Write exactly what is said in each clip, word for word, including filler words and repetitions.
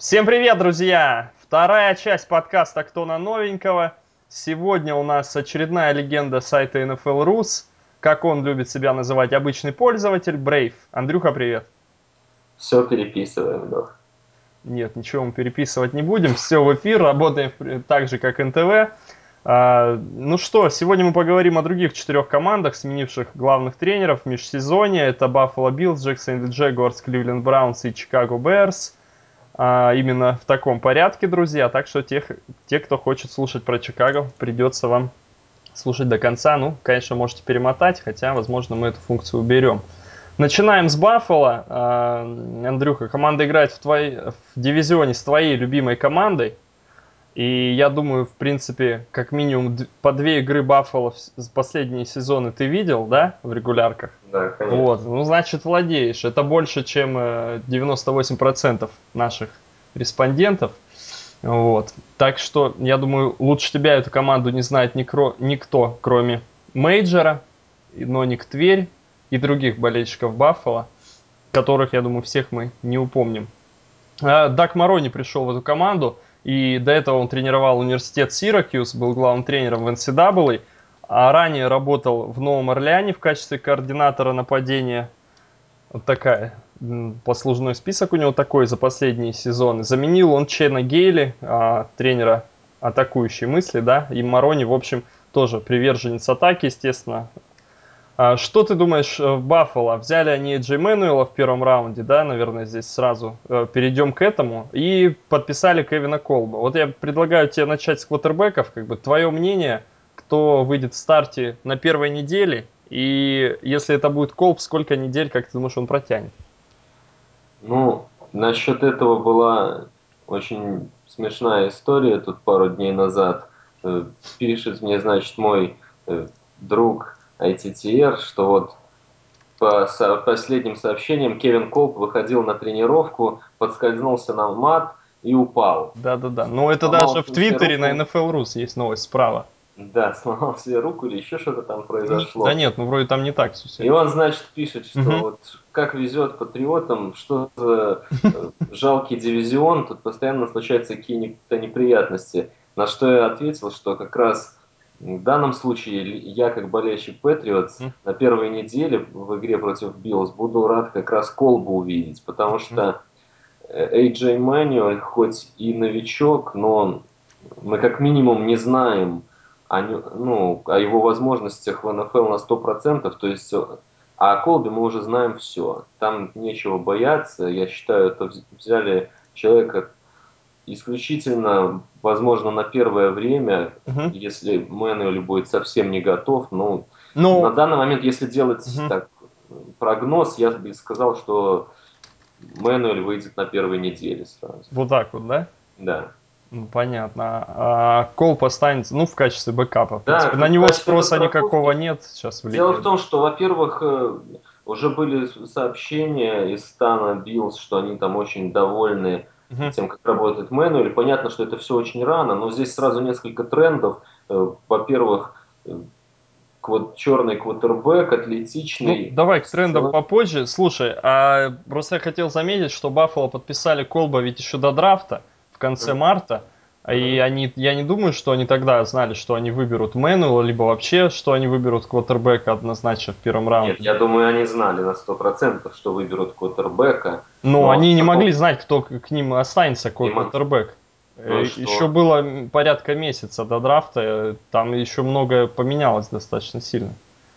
Всем привет, друзья! Вторая часть подкаста «Кто на новенького». Сегодня у нас очередная легенда сайта эн эф эл Rus. Как он любит себя называть, обычный пользователь, Брейв. Андрюха, привет. Все переписываем, Лех. Нет, ничего мы переписывать не будем. Все в эфир, работаем в- так же, как эн тэ вэ. А, ну что, сегодня мы поговорим о других четырех командах, сменивших главных тренеров в межсезонье. Это Buffalo Bills, Jacksonville Jaguars, Cleveland Browns и Chicago Bears. А, именно в таком порядке, друзья. Так что тех, те, кто хочет слушать про Чикаго, придется вам слушать до конца. Ну, конечно, можете перемотать, хотя, возможно, мы эту функцию уберем. Начинаем с Баффало. А, Андрюха, команда играет в, твоей, в дивизионе с твоей любимой командой. И я думаю, в принципе, как минимум д- по две игры Баффало в с- последние сезоны ты видел, да, в регулярках? Да, конечно. Вот, ну, значит, владеешь. Это больше, чем э, девяносто восемь процентов наших респондентов. Вот. Так что, я думаю, лучше тебя эту команду не знает никро- никто, кроме Мейджора, Ноник Тверь и других болельщиков Баффала, которых, я думаю, всех мы не упомним. А, Дак Марони пришел в эту команду, и до этого он тренировал университет Сиракьюс, был главным тренером в эн си эй эй, а ранее работал в Новом Орлеане в качестве координатора нападения. Вот такая м, послужной список у него такой за последние сезоны. Заменил он Чена Гейли, а, тренера атакующей мысли, да, и Марони, в общем, тоже приверженец атаки, естественно. А что ты думаешь, э, в Баффало? Взяли они Эйджей Мэнуэла в первом раунде, да, наверное, здесь сразу э, перейдем к этому. И подписали Кевина Колба. Вот я предлагаю тебе начать с квотербеков. Как бы твое мнение, кто выйдет в старте на первой неделе? И если это будет Колб, сколько недель, как ты думаешь, он протянет? Ну, насчет этого была очень смешная история тут пару дней назад. Э, Пишет мне, значит, мой э, друг ай ти ти ар, что вот по со- последним сообщениям Кевин Колб выходил на тренировку, подскользнулся на мат и упал. Да-да-да. Но это Сломал даже в себе Твиттере на руку. эн эф эл Rus есть новость справа. Да, сломал себе руку или еще что-то там Не- Да произошло. нет, ну вроде там не так все И серьезно. он, значит, пишет, что Мгм. вот как везет патриотам, что за э, жалкий дивизион, тут постоянно случаются какие-то неприятности. На что я ответил, что как раз в данном случае я, как болельщик Патриотс, Мгм. на первой неделе в игре против Биллс буду рад как раз Колбу увидеть, потому Мгм. что Эй Джей Мануэль хоть и новичок, но мы как минимум не знаем о, нё- ну, о его возможностях в эн эф эл на сто процентов. То есть, э, а о Колбе мы уже знаем все. Там нечего бояться. Я считаю, это вз- взяли человека исключительно, возможно, на первое время, Мгм. если Мэнуэль будет совсем не готов. Ну, на Ну, данный момент, если делать мгм. так прогноз, я бы сказал, что Мэнуэль выйдет на первой неделе сразу. Вот так вот, да? Да. Ну, понятно. А Колб останется, ну, в качестве бэкапа. В Да, принципе, на как в него качестве спроса никакого подстраховки. нет сейчас в Дело лиге. в том, что, во-первых, э, уже были сообщения из стана Биллс, что они там очень довольны Мгм. тем, как работает Мэнуэль. Понятно, что это все очень рано, но здесь сразу несколько трендов. Э, Во-первых, э, квот- черный квотербек, Ну, атлетичный, давай к трендам силен. попозже. Слушай, а просто я хотел заметить, что Баффало подписали Колба ведь еще до драфта, в конце Мгм. марта. И Мгм. они, я не думаю, что они тогда знали, что они выберут Мэнуэла, либо вообще, что они выберут квотербека однозначно в первом Нет, раунде. я думаю, они знали на сто процентов, что выберут квотербека, Но но они не потом могли знать, кто к к ним останется, не какой мог- квотербек. Ну и Еще что? было м, порядка месяца до драфта, э, там еще многое поменялось достаточно сильно.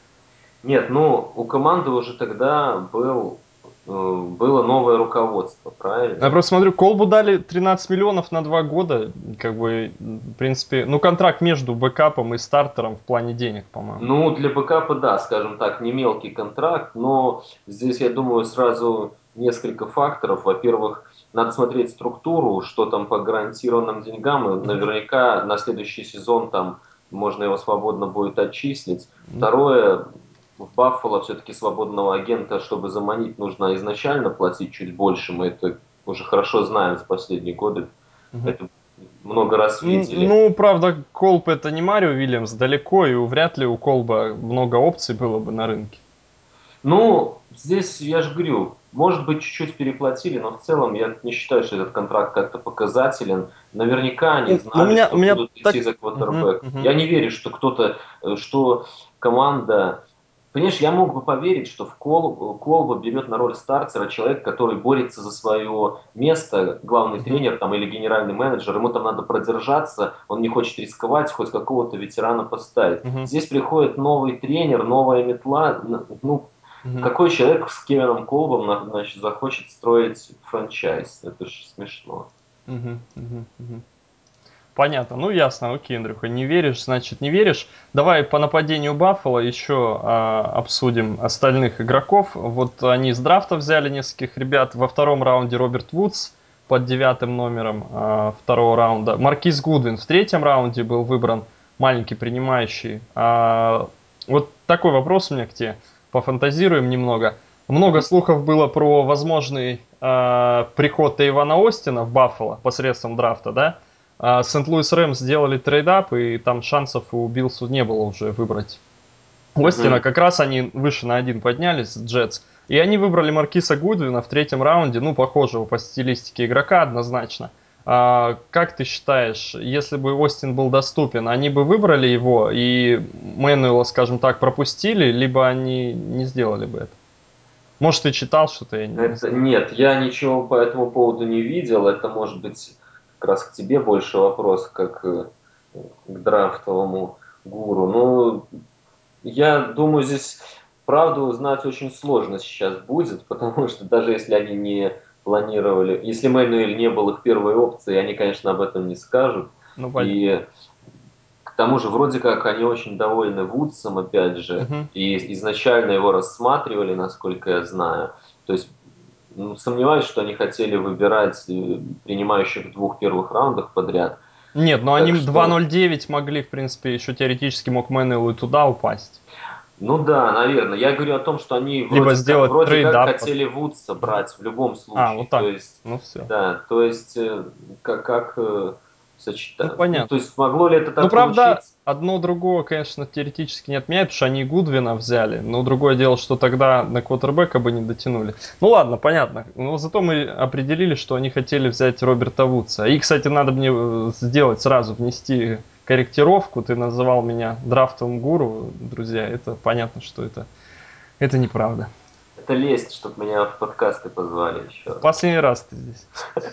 Нет, ну у команды уже тогда был, э, было новое руководство, Я правильно? просто смотрю, Колбу дали тринадцать миллионов на два года, как бы, в принципе, ну, контракт между бэкапом и стартером в плане денег, по-моему. Ну, для бэкапа, да, скажем так, не мелкий контракт, но здесь, я думаю, сразу несколько факторов. Во-первых, надо смотреть структуру, что там по гарантированным деньгам, и Мгм. наверняка на следующий сезон там можно его свободно будет отчислить. Ну, Второе, в Баффало все-таки свободного агента, чтобы заманить, нужно изначально платить чуть больше. Мы это уже хорошо знаем в последние годы, мгм. это много раз Н- видели. Ну, правда, Колб это не Марио Вильямс, далеко, и вряд ли у Колба много опций было бы на рынке. Ну, здесь я же говорю, может быть, чуть-чуть переплатили, но в целом я не считаю, что этот контракт как-то показателен. Наверняка они Ну, ну, у знали, меня, у что меня будут так... идти за Мгм, квотербек. мгм, Я не верю, что кто-то, э, что команда... Понимаешь, я мог бы поверить, что в Кол, Колба берет на роль стартера человек, который борется за свое место, главный мгм, тренер там, или генеральный менеджер, ему там надо продержаться, он не хочет рисковать, хоть какого-то ветерана поставить. мгм, Здесь приходит новый тренер, новая метла, ну, мгм, какой человек с Кевином Колбом, значит, захочет строить франчайз? Это же смешно. мгм, мгм, мгм. Понятно, ну ясно, окей, Андрюха, не веришь, значит не веришь. Давай по нападению Баффало еще а, обсудим остальных игроков. Вот они с драфта взяли нескольких ребят. Во втором раунде Роберт Вудс под девятым номером а, второго раунда. Маркиз Гудвин в третьем раунде был выбран, маленький принимающий. А, вот такой вопрос у меня к тебе. Пофантазируем немного. Много слухов было про возможный а, приход Ивана Остина в Баффало посредством драфта, да? А Сент-Луис Рэмс сделали трейдап, и там шансов у Биллсу не было уже выбрать Остина. Мгм. Как раз они выше на один поднялись, Джетс. И они выбрали Маркиса Гудвина в третьем раунде, ну, похожего по стилистике игрока однозначно. А, как ты считаешь, если бы Остин был доступен, они бы выбрали его и Мэнуэла, скажем так, пропустили, либо они не сделали бы это? Может, ты читал что-то, я не Это знаю. нет, я ничего по этому поводу не видел. Это может быть как раз к тебе больше вопрос, как э, к драфтовому гуру. Ну, я думаю, здесь правду узнать очень сложно сейчас будет, потому что даже если они не планировали, если Мэнуэль не был их первой опцией, они, конечно, об этом не скажут. Ну, понятно. И к тому же, вроде как, они очень довольны Вудсом, опять же, Мгм. и изначально его рассматривали, насколько я знаю. То есть, ну, сомневаюсь, что они хотели выбирать э, принимающих в двух первых раундах подряд. Нет, но они Так что, два ноль девять могли, в принципе, еще теоретически мог Мэнуэлл и туда упасть. ну да, наверное. Я говорю о том, что они Либо вроде как, сделать вроде как трейдап. хотели Вудса Мгм. брать в любом А, вот случае. То так. есть, Ну все. да, то есть, э, как, как э, Ну сочетать. Ну, то понятно. есть, могло ли это Ну, так правда, получиться? одно другого, конечно, теоретически не отменяет, потому что они и Гудвина взяли. Но другое дело, что тогда на квотербека бы не дотянули. Ну ладно, понятно. Но зато мы определили, что они хотели взять Роберта Вудса. И, кстати, надо мне э, сделать сразу, внести корректировку. Ты называл меня драфтовым гуру, друзья. Это понятно, что это, это неправда. Это лесть, чтобы меня в подкасты позвали еще раз. Последний раз ты здесь.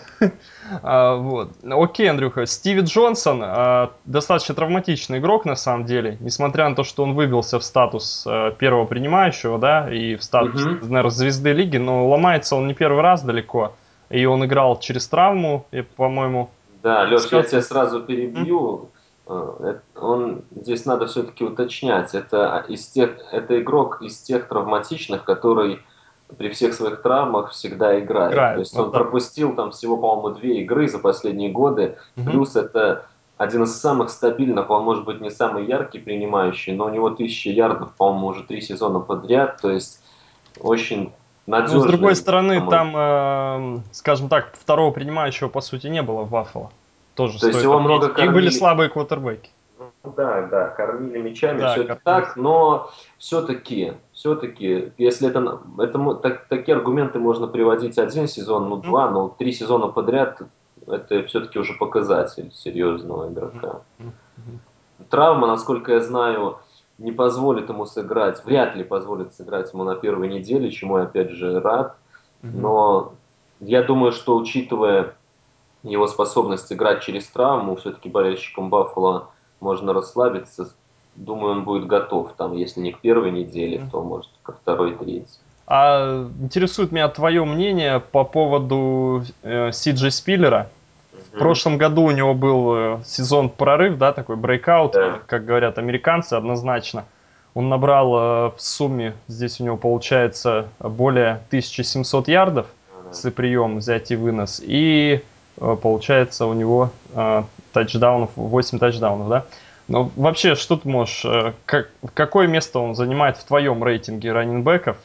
А, вот. Окей, Андрюха. Стиви Джонсон а, достаточно травматичный игрок на самом деле. Несмотря на то, что он выбился в статус а, первого принимающего, да, и в статус, Мгм. наверное, звезды лиги, но ломается он не первый раз далеко. И он играл через травму, и, по-моему, Да, Леш, я тебя рассказывал. сразу М? перебью. Э, это- Он здесь надо все-таки уточнять. Это из тех, это игрок из тех травматичных, который при всех своих травмах всегда играет. То Играет. есть Вот он так. пропустил там всего, по-моему, две игры за последние годы. Мгм. Плюс это один из самых стабильных, он может быть не самый яркий принимающий, но у него тысяча ярдов, по-моему, уже три сезона подряд. То есть очень Но с другой надежный, на стороны, мой. там, эм, скажем так, второго принимающего по сути не было в Баффало. Тоже То есть стоит его много отметить. У них были кормили. слабые квотербеки. Ну да, да, кормили мячами, Да, все это кормили. так, но все-таки, все-таки, если это, это мо- так- такие аргументы можно приводить один сезон, ну Мгм. два, но три сезона подряд, это все-таки уже показатель серьезного Мгм. игрока. Мгм. Мгм. Травма, насколько я знаю, не позволит ему сыграть, вряд ли позволит сыграть ему на первой неделе, чему я опять же рад, Мгм. но я думаю, что учитывая его способность играть через травму, все-таки болельщикам Баффала можно расслабиться. Думаю, он будет готов. Там, если не к первой неделе, Мгм. то может ко второй, третьей. А интересует меня твое мнение по поводу э, Си Джей Спиллера. В Мгм. прошлом году у него был э, сезон прорыв, да, такой брейкаут, Да. как говорят американцы, однозначно. Он набрал э, в сумме, здесь у него получается более тысяча семьсот ярдов, Да. если прием взять и вынос. И э, получается у него э, тачдаунов, восемь тачдаунов, да. Но вообще, что ты можешь, э, как, какое место он занимает в твоем рейтинге раннинбеков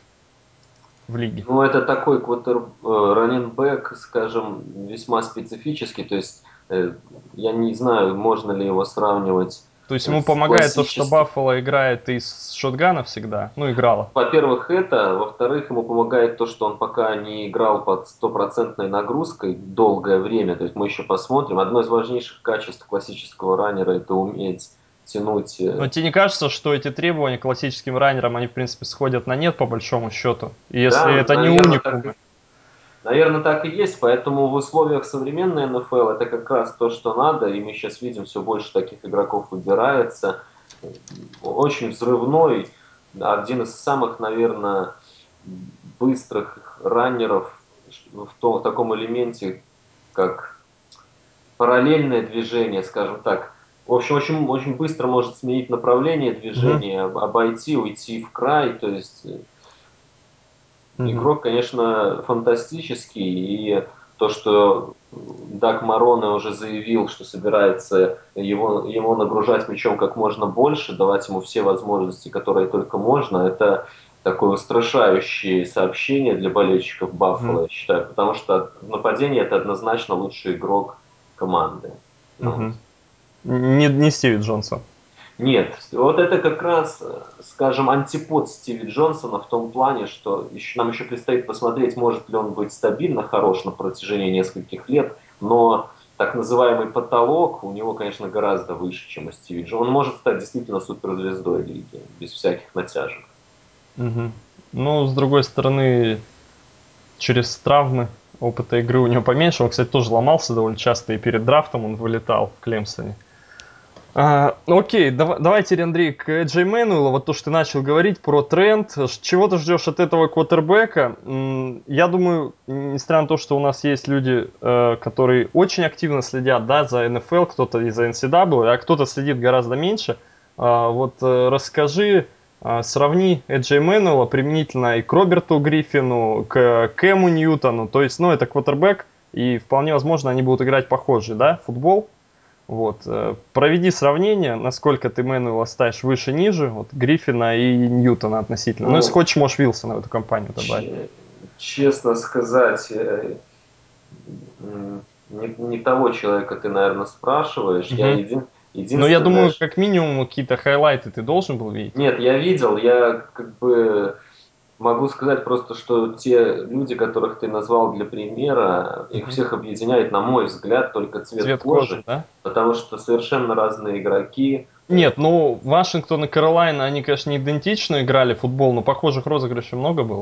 в лиге? Ну, это такой квотер, раненбэк, скажем, весьма специфический. То есть, э, я не знаю, можно ли его сравнивать. То есть ему с помогает то, что классических. Баффало играет из шотгана всегда, ну, играла. Во-первых, это. Во-вторых, ему помогает то, что он пока не играл под стопроцентной нагрузкой долгое время. То есть мы еще посмотрим. Одно из важнейших качеств классического раннера — это уметь тянуть. Но э, тебе не кажется, что эти требования к классическим раннерам, они, в принципе, сходят на нет, по большому счету? И если Да, это не наверное, так и уникумы. Наверное, так и есть, поэтому в условиях современной эн эф эл это как раз то, что надо, и мы сейчас видим, все больше таких игроков выбирается. Очень взрывной, один из самых, наверное, быстрых раннеров в, том, в таком элементе, как параллельное движение, скажем так. В общем, очень, очень быстро может сменить направление Мгм, движения, об- обойти, уйти в край, то есть мгм. игрок, конечно, фантастический, и то, что Даг Мароне уже заявил, что собирается его, его нагружать мячом как можно больше, давать ему все возможности, которые только можно, это такое устрашающее сообщение для болельщиков Мгм. Баффало, я считаю, потому что в нападении это однозначно лучший игрок команды. Ну, Мгм. Не, не Стиви Джонса. нет, вот это как раз, э, скажем, антипод Стиви Джонсона в том плане, что еще, нам еще предстоит посмотреть, может ли он быть стабильно хорош на протяжении нескольких лет, но так называемый потолок у него, конечно, гораздо выше, чем у Стиви Джонсона. Он может стать действительно суперзвездой лиги, без всяких натяжек. Мгм. Ну, с другой стороны, через травмы опыта игры у него поменьше. Он, кстати, тоже ломался довольно часто, и перед драфтом он вылетал в Клемсоне. А, ну окей, дава- давай теперь, Андрей, к Джей Мэнуэлу, вот то, что ты начал говорить про тренд, Ш- чего ты ждешь от этого квотербека? М, Я думаю, несмотря на то, что у нас есть люди, э, которые очень активно следят, да, за эн эф эл, кто-то из эн си дабл ю, а кто-то следит гораздо меньше. А, Вот э, расскажи, а, сравни Джей Мэнуэла применительно и к Роберту Гриффину, к Кэму Ньютону, то есть, ну, это квотербек, и вполне возможно, они будут играть похожий, да, футбол. Вот. э, Проведи сравнение, насколько ты Мэнуэла ставишь выше-ниже, вот Гриффина и Ньютона относительно. Ну, если Ну, хочешь, можешь Вилсона в эту компанию добавить. че- честно сказать, э, м, не, не того человека ты, наверное, спрашиваешь. Я Мгм. един, Но я единственное, думаю, как минимум какие-то хайлайты ты должен был видеть. нет, я видел, я как бы могу сказать просто, что те люди, которых ты назвал для примера, их Мгм. всех объединяет, на мой взгляд, только цвет Цвет кожи, кожи, да? потому что совершенно разные игроки. Э, Нет, ну, Вашингтон и Каролайна, они, конечно, не идентично играли в футбол, но похожих розыгрышей много было.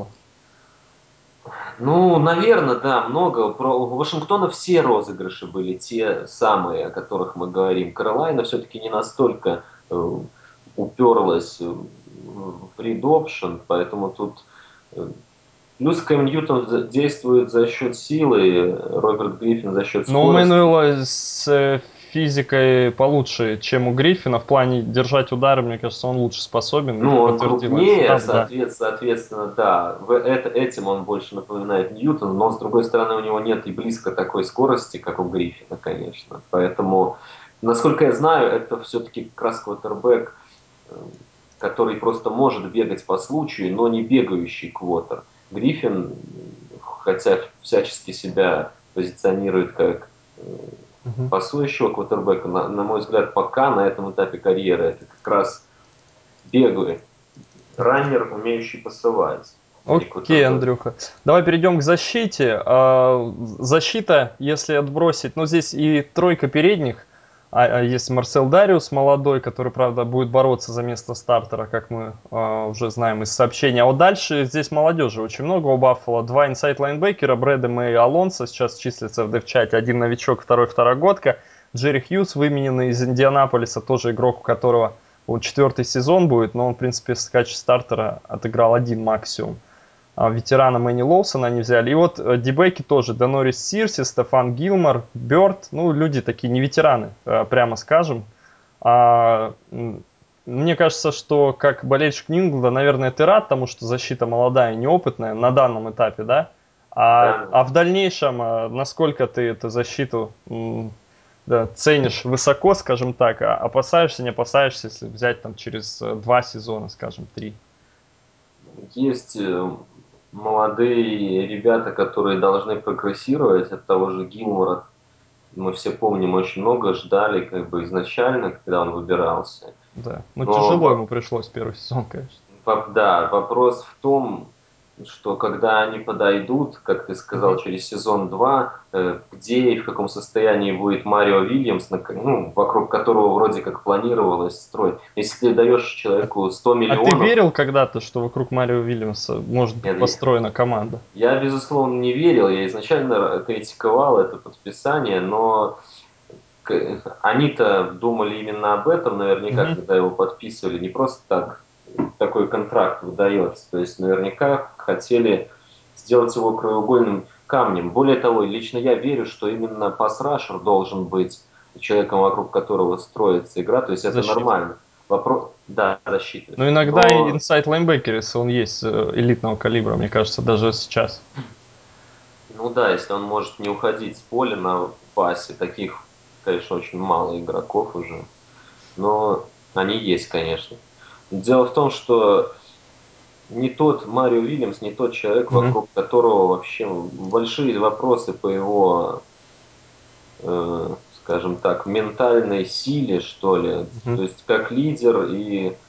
Ну, наверное, да, много. Про у Вашингтона все розыгрыши были те самые, о которых мы говорим. Каролайна все-таки не настолько э, уперлась в read option, поэтому тут э, плюс Кэм Ньютон за- действует за счет силы, Роберт Гриффин за счет Но у скорости. Мэнуэла с э, физикой получше, чем у Гриффина. В плане держать удары, мне кажется, он лучше способен. И Ну, он подтвердил крупнее, эн си дабл ю, да. соответ- соответственно, да, в это, этим он больше напоминает Ньютона, но, с другой стороны, у него нет и близко такой скорости, как у Гриффина, конечно. Поэтому, насколько я знаю, это все-таки как раз квотербек, э, который просто может бегать по случаю, но не бегающий квотер. Гриффин, м, хотя всячески себя позиционирует как э, Мгм. пасующего квотербека, на, на мой взгляд, пока на этом этапе карьеры это как раз бегает раннер, умеющий пасовать, а не Окей, квотербек. Андрюха. Давай перейдем к защите. А, Защита, если отбросить, ну здесь и тройка передних, а, а есть Марсел Дариус молодой, который, правда, будет бороться за место стартера, как мы а, уже знаем из сообщений. А вот дальше здесь молодежи очень много у Баффало. Два инсайд лайнбекера, Брэдэм и Алонсо сейчас числятся в девчате. Один новичок, второй второгодка. Джерри Хьюз, вымененный из Индианаполиса, тоже игрок, у которого вот четвертый сезон будет, но он, в принципе, в качестве стартера отыграл один максимум. А, ветерана Мэнни Лоусона они взяли. И вот э, дебеки тоже. Денорис Сирси, Стефан Гилмор, Бёрд. Ну, люди такие не ветераны, э, прямо скажем. А, м, Мне кажется, что как болельщик Нью-Ингланда, наверное, ты рад тому, что защита молодая и неопытная на данном этапе, да? А, Да. а в дальнейшем, э, насколько ты эту защиту м, да, ценишь высоко, скажем так, а опасаешься, не опасаешься, если взять там через э, два сезона, скажем, три? Есть э, молодые ребята, которые должны прогрессировать от того же Гилмора. мы все помним, очень много ждали как бы изначально, когда он выбирался. Да. Ну, тяжело ему Но пришлось первый сезон, конечно. Воп- Да, вопрос в том, что когда они подойдут, как ты сказал, Мгм. через сезон два, э, где и в каком состоянии будет Марио Вильямс, на ко- ну, вокруг которого вроде как планировалось строить. Если ты даешь А, человеку сто а ты миллионов, верил когда-то, что вокруг Марио Уильямса может быть нет, я, построена команда? я, безусловно, не верил, я изначально критиковал это подписание, но к- они-то думали именно об этом, наверняка, Мгм. когда его подписывали, не просто так такой контракт выдается. То есть наверняка хотели сделать его краеугольным камнем. Более того, лично я верю, что именно пас-рашер должен быть человеком, вокруг которого строится игра. То есть это Защитник. нормально. Вопрос, да, защиты. Но иногда и Но, инсайд лайнбекер, если он есть э, элитного калибра, мне кажется, даже сейчас. ну да, если он может не уходить с поля на пасе, таких, конечно, очень мало игроков уже. Но они есть, конечно. Дело в том, что не тот Марио Уильямс, не тот человек, Мгм. вокруг которого вообще большие вопросы по его, э, скажем так, ментальной силе, что ли. Мгм. То есть как лидер и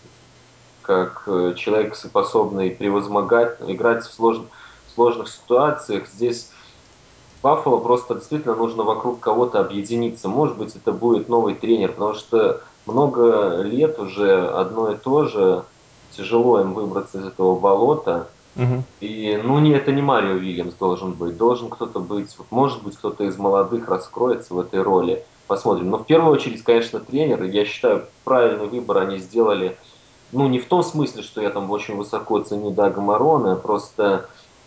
как э, человек, способный превозмогать, играть в слож- сложных ситуациях. Здесь Баффало просто действительно нужно вокруг кого-то объединиться. Может быть, это будет новый тренер, потому что много лет уже одно и то же. Тяжело им выбраться из этого болота. Мгм. И, ну, не, это не Марио Уильямс должен быть. Должен кто-то быть, вот, может быть, кто-то из молодых раскроется в этой роли. Посмотрим. Но в первую очередь, конечно, тренер. Я считаю, правильный выбор они сделали. Ну, не в том смысле, что я там очень высоко ценю Дага Марона, а просто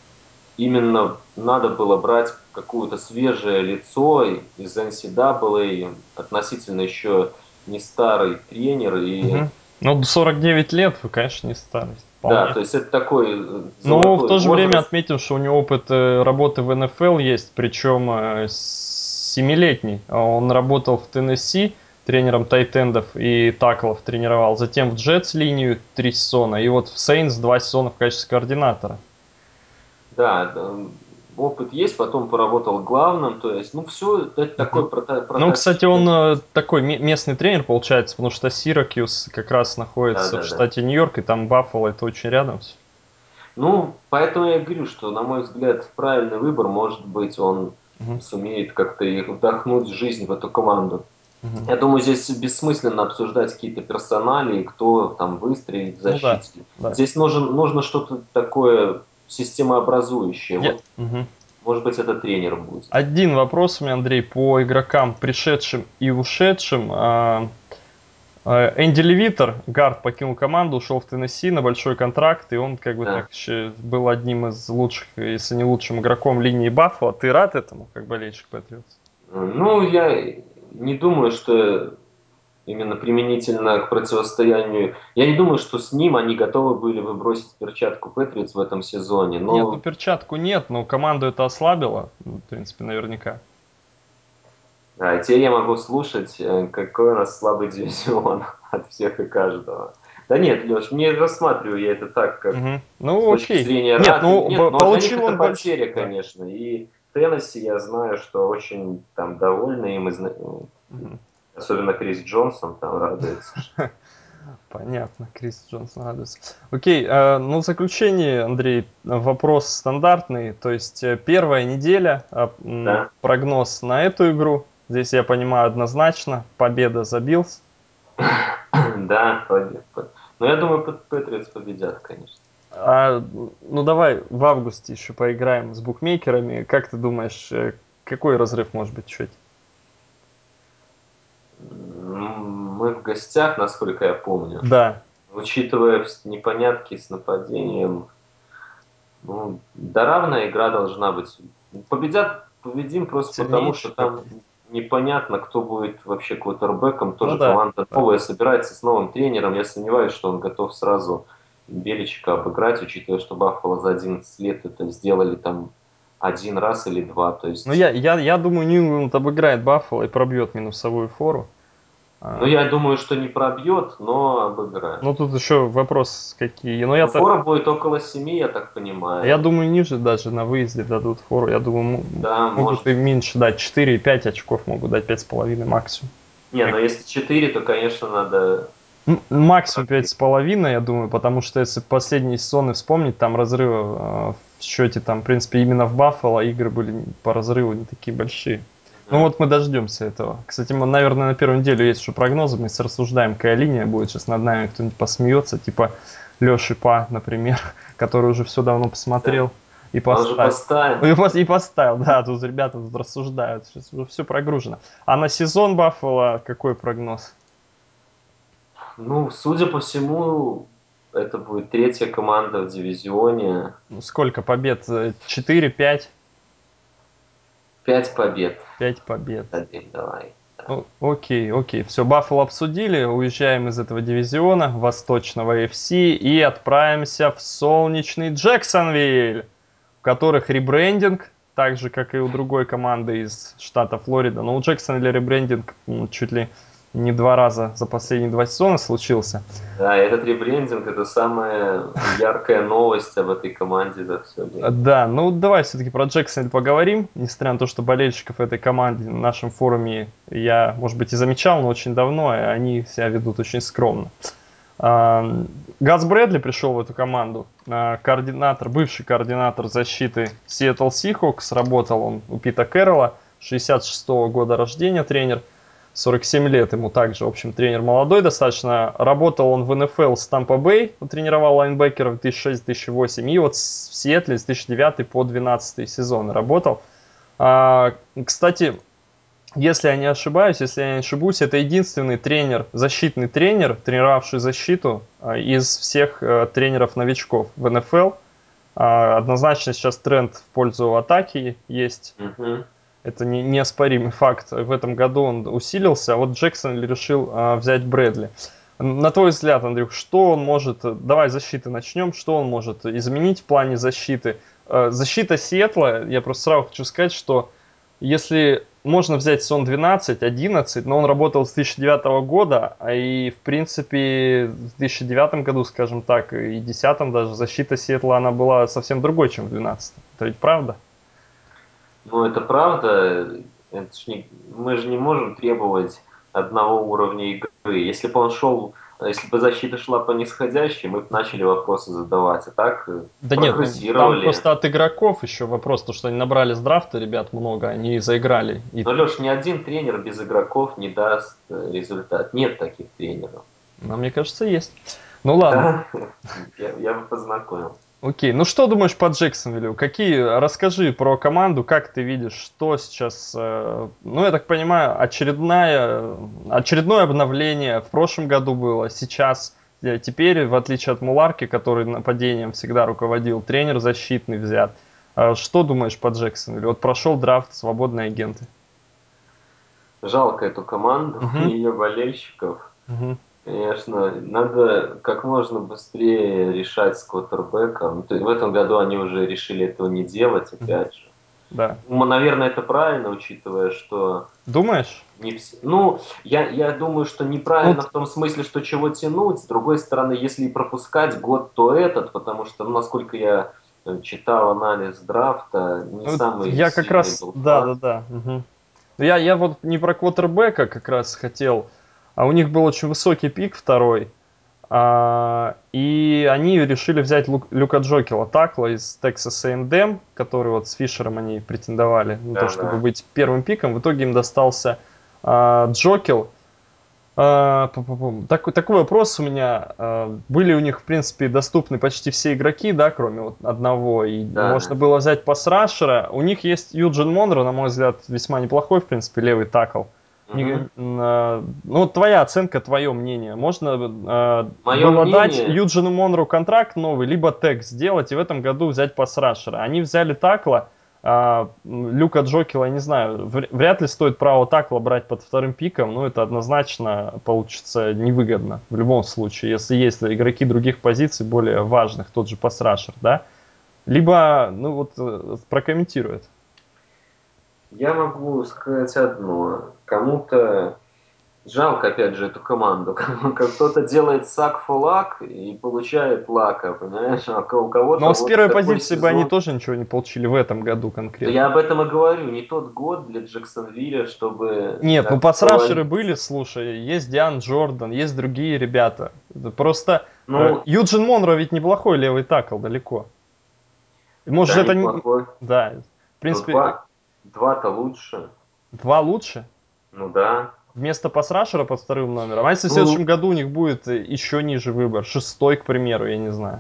именно надо было брать какое-то свежее лицо из эн си эй эй, относительно еще не старый тренер. И Мгм. Ну, сорок девять лет, конечно, не старость. да, Вполне. то есть это такой э, Но в золотой то же время возраст. отметим, что у него опыт э, работы в эн эф эл есть, причем э, семилетний. А Он работал в Теннесси тренером тайтендов и таклов тренировал, затем в Джетс линию три сезона, и вот в Сейнс два сезона в качестве координатора. Да, да, опыт есть, потом поработал главным, то есть, ну, все это Мгм. такой прото- Ну, кстати, прототип, он конечно. э, такой ме- местный тренер, получается, потому что Сиракьюс как раз Да, находится в да, да. штате Нью-Йорк, и там Баффало, это очень рядом. всё. Ну, поэтому я говорю, что, на мой взгляд, правильный выбор, может быть, он Мгм. сумеет как-то и вдохнуть жизнь в эту команду. Мгм. Я думаю, здесь бессмысленно обсуждать какие-то персонали, кто там выстрелит в Ну да, защите. да. Здесь нужен, нужно что-то такое системообразующее. Я... Вот, Мгм. может быть, это тренер будет. Один вопрос у меня, Андрей, по игрокам, пришедшим и ушедшим. А, а, Энди Левитер, гард, покинул команду, ушел в Теннесси на большой контракт, и он как бы так Да. еще был одним из лучших, если не лучшим игроком линии Баффала. Ты рад этому, как болельщик Патриотс? Ну, я не думаю, что именно применительно к противостоянию. Я не думаю, что с ним они готовы были бы бросить перчатку Патриотс в этом сезоне, Нет, ну но перчатку нет, но команду это ослабило, ну, в принципе, наверняка. а, те я могу слушать, э, какой у нас слабый дивизион от всех и каждого. Да нет, Леш, не рассматриваю я это так, как Мгм. с Ну, точки окей. зрения Нет, рад или ну, нет, б- но для них получил это он больше. потеря, Да. конечно. И Теннесси, я знаю, что очень там довольны им, и зна- Мгм. особенно Крис Джонсон там радуется. Понятно, Крис Джонсон радуется. Окей, э, ну в заключение, Андрей, вопрос стандартный. То есть э, первая неделя, а, м, Да, прогноз на эту игру. Здесь я понимаю однозначно, победа за Биллс. да, побед- по- но я думаю, Патриотс победят, конечно. А, ну давай в августе еще поиграем с букмекерами. Как ты думаешь, э, какой разрыв может быть чуть? М, Мы в гостях, насколько я помню. Да, Учитывая вс- непонятки с нападением, ну, да равная игра должна быть. Победят, победим просто потому, что сильнейший там какой. непонятно, кто будет вообще квотербеком. Ну Тоже да, команда да. новая, собирается с новым тренером. Я сомневаюсь, что он готов сразу Беличика обыграть, учитывая, что Баффало за одиннадцать лет это сделали там один раз или два. То Ну я, есть, я, я думаю, Нью-Ингланд обыграет Баффало и пробьет минусовую фору. Ну, я думаю, что не пробьет, но обыграет. Ну, тут еще вопрос какие. Ну, Но я-то, фора будет около семи, я так я понимаю. думаю, ниже даже на выезде дадут фору. Я думаю, м- Да, могут может. и меньше дать. Четыре-пять очков могут дать, пять с половиной максимум. Не, ну если четыре, то, конечно, надо М, Максимум пять пробить. с половиной, я думаю, потому что если последние сезоны вспомнить, там разрывы э, в счете, там, в принципе, именно в Баффало игры были по разрыву не такие большие. Ну Мгм. вот мы дождемся этого. Кстати, мы, наверное, на первую неделю есть еще прогнозы, мы рассуждаем, какая линия будет. Сейчас над нами кто-нибудь посмеется, типа Леши Па, например, который уже все давно Да. посмотрел и А он же поставил. поставил. И пос- и поставил, да, тут ребята тут рассуждают, сейчас уже все прогружено. А на сезон Баффало какой прогноз? Ну, судя по всему, это будет третья команда в дивизионе. Ну, сколько побед? Э, четыре, пять? Пять побед. Пять побед. Дадим, давай. Да. Ну, окей, окей. Все, Баффало обсудили. Уезжаем из этого дивизиона, восточного эф си, и отправимся в солнечный Джексонвиль, в которых ребрендинг, так же, как и у другой команды из штата Флорида. Но у Джексонвилля ребрендинг м, чуть ли не два раза за последние два сезона случился. Да, этот ребрендинг — это самая яркая новость об этой команде за все А, время. Да, ну давай все-таки про Джексонвиль поговорим. Несмотря на то, что болельщиков этой команды на нашем форуме я, может быть, и замечал, но очень давно, и они себя ведут очень скромно. А, Газ Брэдли пришел в эту команду, а, координатор, бывший координатор защиты Seattle Seahawks, работал он у Пита Кэрролла, шестьдесят шестого года рождения тренер, сорок семь лет ему также, в общем, тренер молодой достаточно. Работал он в эн эф эл с Тампа Бэй, тренировал лайнбекеров две тысячи шестый — две тысячи восьмой, и вот в Сиэтле с две тысячи девятый по две тысячи двенадцатый сезон работал. А, кстати, если я не ошибаюсь, если я не ошибусь, это единственный тренер, защитный тренер, тренировавший защиту а, из всех э, тренеров-новичков в эн эф эл. А, однозначно сейчас тренд в пользу атаки есть. Мгм. Это не, неоспоримый факт. В этом году он усилился, а вот Джексон решил а, взять Брэдли. На твой взгляд, Андрюх, что он может... Давай защиты начнем. Что он может изменить в плане защиты? Э, Защита Сиэтла, я просто сразу хочу сказать, что если можно взять сон двенадцать, одиннадцать, но он работал с две тысячи девятого года, а и, в принципе, в две тысячи девятом году, скажем так, и в две тысячи десятом даже защита Сиэтла, она была совсем другой, чем в две тысячи двенадцатом. Это ведь правда? Ну, это правда. Это ж не- мы же не можем требовать одного уровня игры. Если бы он шел, если бы защита шла по нисходящей, мы бы начали вопросы задавать. А так э, Да нет, ну там прогрессировали. просто от игроков еще вопрос, то что они набрали с драфта ребят много, они заиграли. И, Но, Леш, ни один тренер без игроков не даст э, результат. Нет таких тренеров. ну, мне кажется, есть. Ну ладно, Да? Я, я бы познакомил. окей. Ну что думаешь по Джексонвиллю? Какие, расскажи про команду, как ты видишь, что сейчас, э, ну я так понимаю, очередная, очередное обновление в прошлом году было, сейчас, э, теперь, в отличие от Муларки, который нападением всегда руководил, тренер защитный взят. А что думаешь по Джексонвиллю? Вот прошел драфт, свободные агенты. Жалко эту команду и Мгм. ее болельщиков. Мгм. Конечно, надо как можно быстрее решать с квотербеком. То есть в этом году они уже решили этого не делать, Мгм. опять же. Да. Ну, наверное, это правильно, учитывая, что Думаешь? не все... Ну, я, я думаю, что Ну, неправильно т- в том смысле, что чего тянуть. С другой стороны, если и пропускать год, то этот, потому что, ну, насколько я э, читал анализ драфта, не вот самый я как сильный раз, был да, да, класс. да. Мгм. Я, я вот не про квотербека как раз хотел, а у них был очень высокий пик второй, а, и они решили взять Лу- Люка Джокела, такла из Texas эй энд эм, который вот с Фишером они претендовали на то, Да, чтобы да. быть первым пиком. В итоге им достался а, Джокел. А, пу-пу-пу. Такой, такой вопрос у меня. А, Были у них, в принципе, доступны почти все игроки, да, кроме вот одного, и Да, можно да. было взять пасрашера. У них есть Юджин Монро, на мой взгляд, весьма неплохой, в принципе, левый такл. Мгм. Не- а, Ну, вот твоя оценка, твое мнение. Можно а, Мое было дать мнение, Юджину Монро контракт новый, либо тег сделать и в этом году взять пасрашера. Они взяли такла, а, Люка Джокела, я не знаю, вр- вряд ли стоит право такла брать под вторым пиком, но это однозначно получится невыгодно в любом случае, если есть игроки других позиций более важных, тот же пасрашер, да? Либо, ну вот, э, прокомментирует. я могу сказать одно. Кому-то Жалко, опять же, эту команду. Как кто-то делает сак for лак и получает лака, понимаешь? А у кого-то Но с вот первой такой позиции бы они сезон. тоже ничего не получили в этом году Да я конкретно. об этом и говорю. Не тот год для Джексонвилля, чтобы Нет, ну как пасрашеры были, провалиться. слушай, есть Диан Джордан, есть другие ребята. Это просто э, Ну, Юджин Монро ведь неплохой левый такл далеко. И может да, это, не- неплохой. да, в Но принципе, два, два-то лучше. два лучше Ну да. вместо пасрашера под вторым номером. А если в следующем Ну, году у них будет э, еще ниже выбор, шестой, к примеру, я не знаю.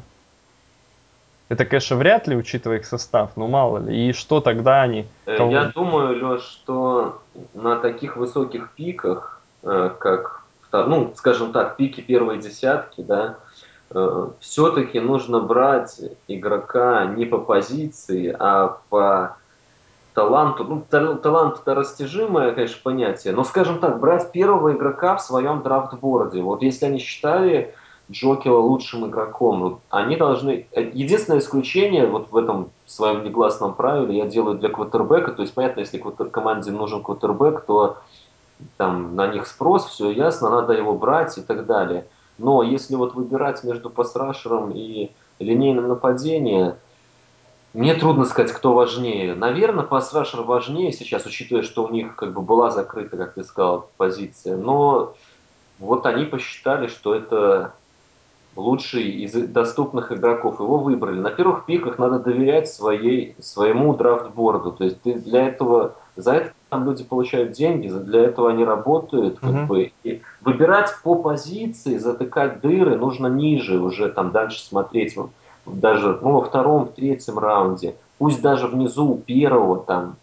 Это, конечно, вряд ли, учитывая их состав, но мало ли. И что тогда они, э, кого? я думаю, Леш, что на таких высоких пиках, э, как, втор- ну, скажем так, пики первой десятки, да, все-таки нужно брать игрока не по позиции, а по таланту. Ну, та- талант это растяжимое, конечно, понятие, но, скажем так, брать первого игрока в своем драфтборде. Вот если они считали Джокера лучшим игроком, вот они должны... э, Единственное исключение вот в этом своем негласном правиле я делаю для квотербека, то есть, понятно, если квотер- команде нужен квотербек, то там на них спрос, все ясно, надо его брать и так далее. Но если вот выбирать между пасрашером и линейным нападением, мне трудно сказать, кто важнее. Наверное, пасрашер важнее сейчас, учитывая, что у них как бы была закрыта, как ты сказал, позиция. Но вот они посчитали, что это лучший из доступных игроков. Его выбрали. На первых пиках надо доверять своей, своему драфтборду. То есть ты для этого, за это там люди получают деньги, за- для этого они работают, как Мгм. бы. И выбирать по позиции, затыкать дыры нужно ниже, уже там дальше смотреть. Вот, даже ну, во втором, в третьем раунде. Пусть даже внизу у первого там.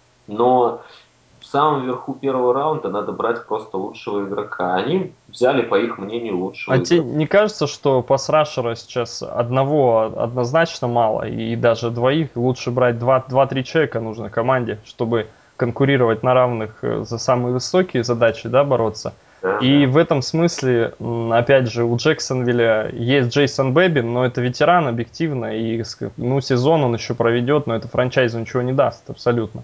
Но в самом верху первого раунда надо брать просто лучшего игрока. Они взяли, по их мнению, А лучшего тебе игрока. не кажется, что пасрашера сейчас одного однозначно мало, и даже двоих лучше брать два, два-три человека нужно команде, чтобы конкурировать на равных э, за самые высокие задачи, да, бороться. Да, И да. в этом смысле, м, опять же, у Джексонвилля есть Джейсон Бэбин, но это ветеран объективно, и ск- ну, сезон он еще проведет, но это франчайзу ничего не даст абсолютно.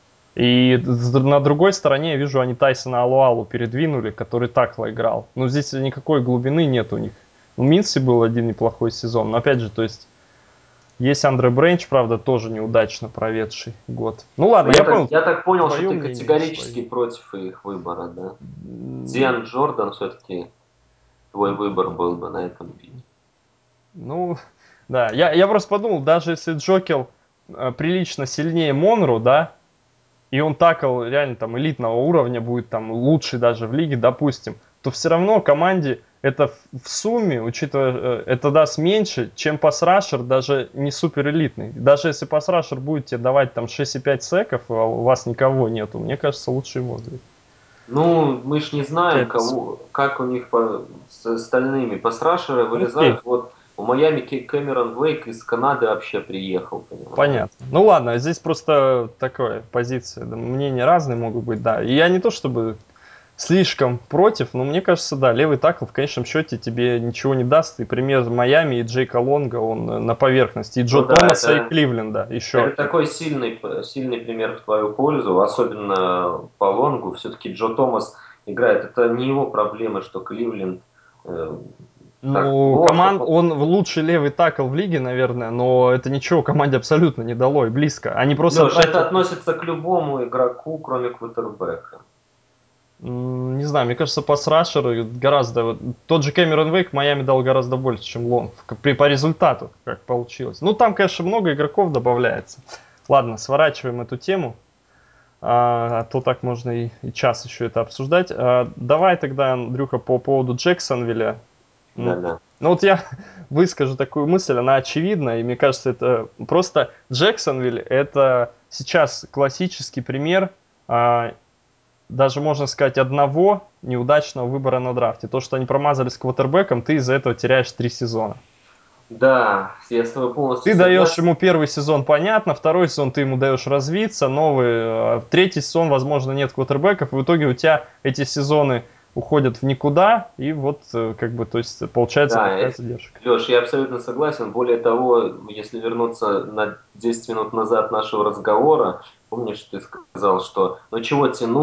И на другой стороне я вижу, они Тайсона Алуалу передвинули, который такло играл. Но здесь никакой глубины нет у них. У Минси был один неплохой сезон, но опять же, то есть есть Андре Бренч, правда, тоже неудачно проведший год. Ну ладно, Я я так, понял я так понял, что твое ты мнение и категорически свое. против их выбора, да? Диан Джордан все-таки твой выбор был бы на этом пике. Ну, да, я, я просто подумал, даже если Джокел э, прилично сильнее Монру, да, и он такал реально там элитного уровня, будет там лучший даже в лиге, допустим, то все равно команде это в в сумме, учитывая, э, это даст меньше, чем пасрашер, даже не супер элитный. Даже если пасрашер будет тебе давать там шесть и пять секов, а у вас никого нету, мне кажется, лучше его взять. Ну, мы ж не знаем, Какая-то с- кого, как у них по, с остальными. Пасрашеры Ну, окей, вылезают. Вот у Майами Ке- Кэмерон Вейк из Канады вообще приехал, понимаешь? понятно. Ну ладно, здесь просто такое позиция, да, мнения разные могут быть, да. И я не то чтобы слишком против, но мне кажется, да, левый такл в конечном счете тебе ничего не даст. И пример Майами и Джейка Лонга, он э, на поверхности. И Джо Ну да, Томаса, и это, Кливленда еще. это такой сильный, сильный пример в твою пользу, особенно по лонгу. Все-таки Джо Томас играет. Это не его проблема, что Кливленд э, так Ну, команд, плохо. он в лучший левый такл в лиге, наверное, но это ничего команде абсолютно не дало и близко. Они просто Леш, это тратят, относится к любому игроку, кроме квотербека. м, не знаю, мне кажется, пас-рашеры гораздо... вот тот же Кэмерон Вейк Майами дал гораздо больше, чем Лонг. Как при, по результату, как получилось. Ну, там, конечно, много игроков добавляется. Ладно, сворачиваем эту тему. А, а то так можно и, и час еще это обсуждать. А, давай тогда, Андрюха, по поводу Джексонвилля. М, Да-да. Ну вот я выскажу такую мысль, она очевидна, и мне кажется, это просто Джексонвиль это сейчас классический пример, а, даже можно сказать, одного неудачного выбора на драфте. То, что они промазали с квотербеком, ты из-за этого теряешь три сезона. Да, я с тобой полностью Ты даешь согласен. ему первый сезон, понятно, второй сезон ты ему даешь развиться, новый, э, третий сезон, возможно, нет квотербеков, и в итоге у тебя эти сезоны уходят в никуда, и вот э, как бы, то есть получается такая Да, задержка. Леш, я абсолютно согласен. Более того, если вернуться на десять минут назад нашего разговора, помнишь, ты сказал, что ну чего тянуть,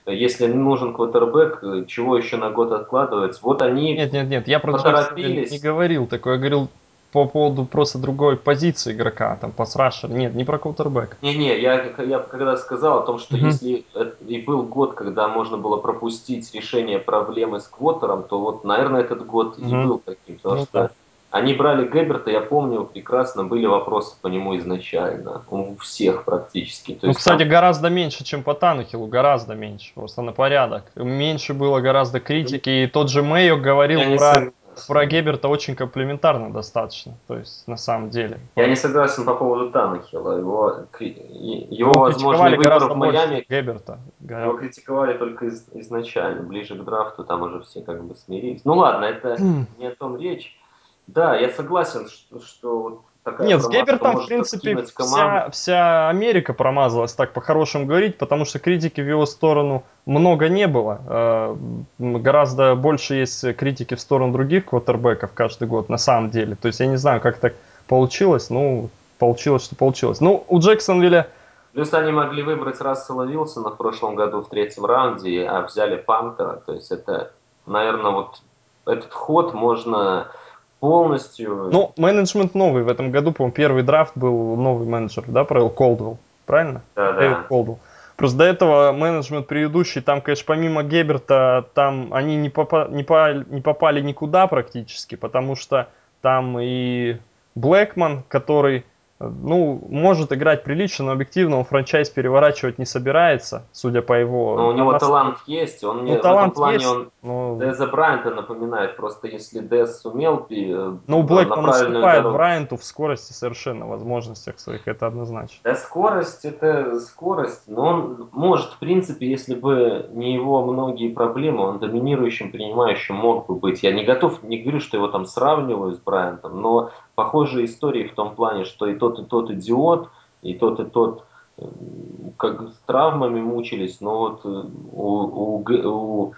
Если нужен квотербек, э, чего еще на год откладывать? Вот они Нет, нет, нет, я про Джексонвиль не поторопились. говорил такое, я говорил по поводу просто другой позиции игрока, там, пасрашер. Нет, не про квотербека. Не-не, я, я когда сказал о том, что Мгм. если э- и был год, когда можно было пропустить решение проблемы с квотером, то вот, наверное, этот год и Мгм. был таким, потому Ну да. что они брали Геберта, я помню прекрасно, были вопросы по нему изначально, у всех практически, то Ну, есть кстати, там, гораздо меньше, чем по Таннехилу, гораздо меньше, просто на порядок. Меньше было гораздо критики, и тот же Мэйо говорил я не про, про согласен. Геберта очень комплиментарно достаточно, то есть на самом деле. Я Вот. не согласен по поводу Таннехилла, его, кри- его Его возможный критиковали выбор гораздо в больше, чем Майами. Геберта. Его Гора- критиковали только из- изначально, ближе к драфту, там уже все как бы смирились. Ну ладно, это не о том речь. Да, я согласен, что, что вот такая Нет, с промашка Гебертом, в может принципе, откинуть команду. вся, вся Америка промазалась, так по-хорошему говорить, потому что критики в его сторону много не было. Э, м, Гораздо больше есть критики в сторону других квотербеков каждый год, на самом деле. То есть я не знаю, как так получилось, ну, получилось, что получилось. Ну, у Джексонвилля, Плюс они могли выбрать Рассела Вилсона в прошлом году в третьем раунде, а взяли Пантера. То есть это, наверное, вот этот ход можно полностью... ну, менеджмент новый в этом году, по-моему, первый драфт был новый менеджер, да, провел Колдвелл, правильно? Дэвид Да-да. Колдвелл. Просто до этого менеджмент предыдущий, там, конечно, помимо Геберта, там они не, попа- не, по- не попали никуда практически, потому что там и Блэкман, который, э, ну, может играть прилично, но объективно он франчайз переворачивать не собирается, судя по Но его у на него настроек. талант есть, он Ну, мне в этом талант плане есть, он но Деза Брайанта напоминает. Просто если Дез сумел пи- э, ну, на, на Блэкман правильную уступает дорогу. Брайанту в скорости совершенно, в возможностях своих, это однозначно. Да, скорость это скорость, но он может, в принципе, если бы не его многие проблемы, он доминирующим принимающим мог бы быть. Я не готов, не говорю, что его там сравниваю с Брайантом, но похожие истории в том плане, что и тот, и тот идиот, и тот, и тот э, как с травмами мучились, но вот э, у, у, Г- у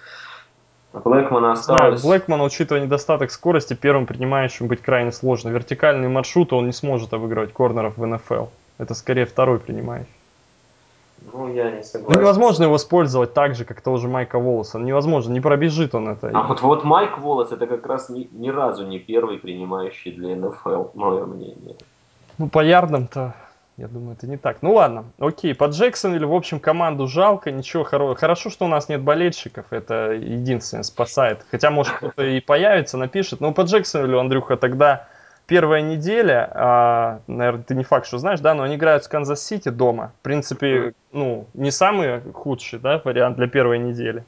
Блэкмана Знаю, осталось. Блэкмана, учитывая недостаток скорости, первым принимающим быть крайне сложно. Вертикальные маршруты он не сможет обыгрывать корнеров в эн эф эл. Это скорее второй принимающий. Ну, я не Ну, согласен с невозможно этим. его использовать так же, как того же Майка Волоса. Невозможно, не пробежит он это. А вот, вот Майк Волос это как раз ни, ни разу не первый принимающий для эн эф эл, мое мнение. Ну, по ярдам-то, я думаю, это не так. Ну ладно, окей, по Джексонвиллю, в общем, команду жалко, ничего хорошего. Хорошо, что у нас нет болельщиков, это единственное спасает. Хотя, может, кто-то и появится, напишет. Но по Джексонвиллю, Андрюха, тогда первая неделя, а, наверное, ты не факт, что знаешь, да, но они играют с Канзас-Сити дома. В Мгм. принципе, ну, не самый худший, да, вариант для первой недели.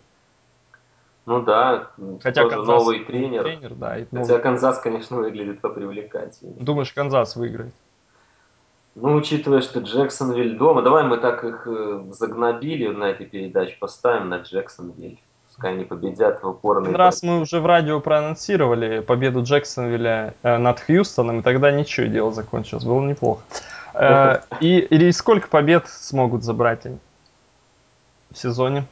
Ну да, м, Хотя тоже Канзас новый новый тренер. тренер, да, и новый. Хотя Канзас, конечно, выглядит попривлекательнее. Думаешь, Канзас выиграет? Ну, учитывая, что Джексонвиль дома, давай мы так их э, загнобили на этой передаче, поставим на Джексонвиль. Пускай они победят в упорной Один раз мы борьбе. уже в радио проанонсировали победу Джексонвилля э, над Хьюстоном, и тогда ничего, дело закончилось, было неплохо. Э, и, или сколько побед смогут забрать они в сезоне?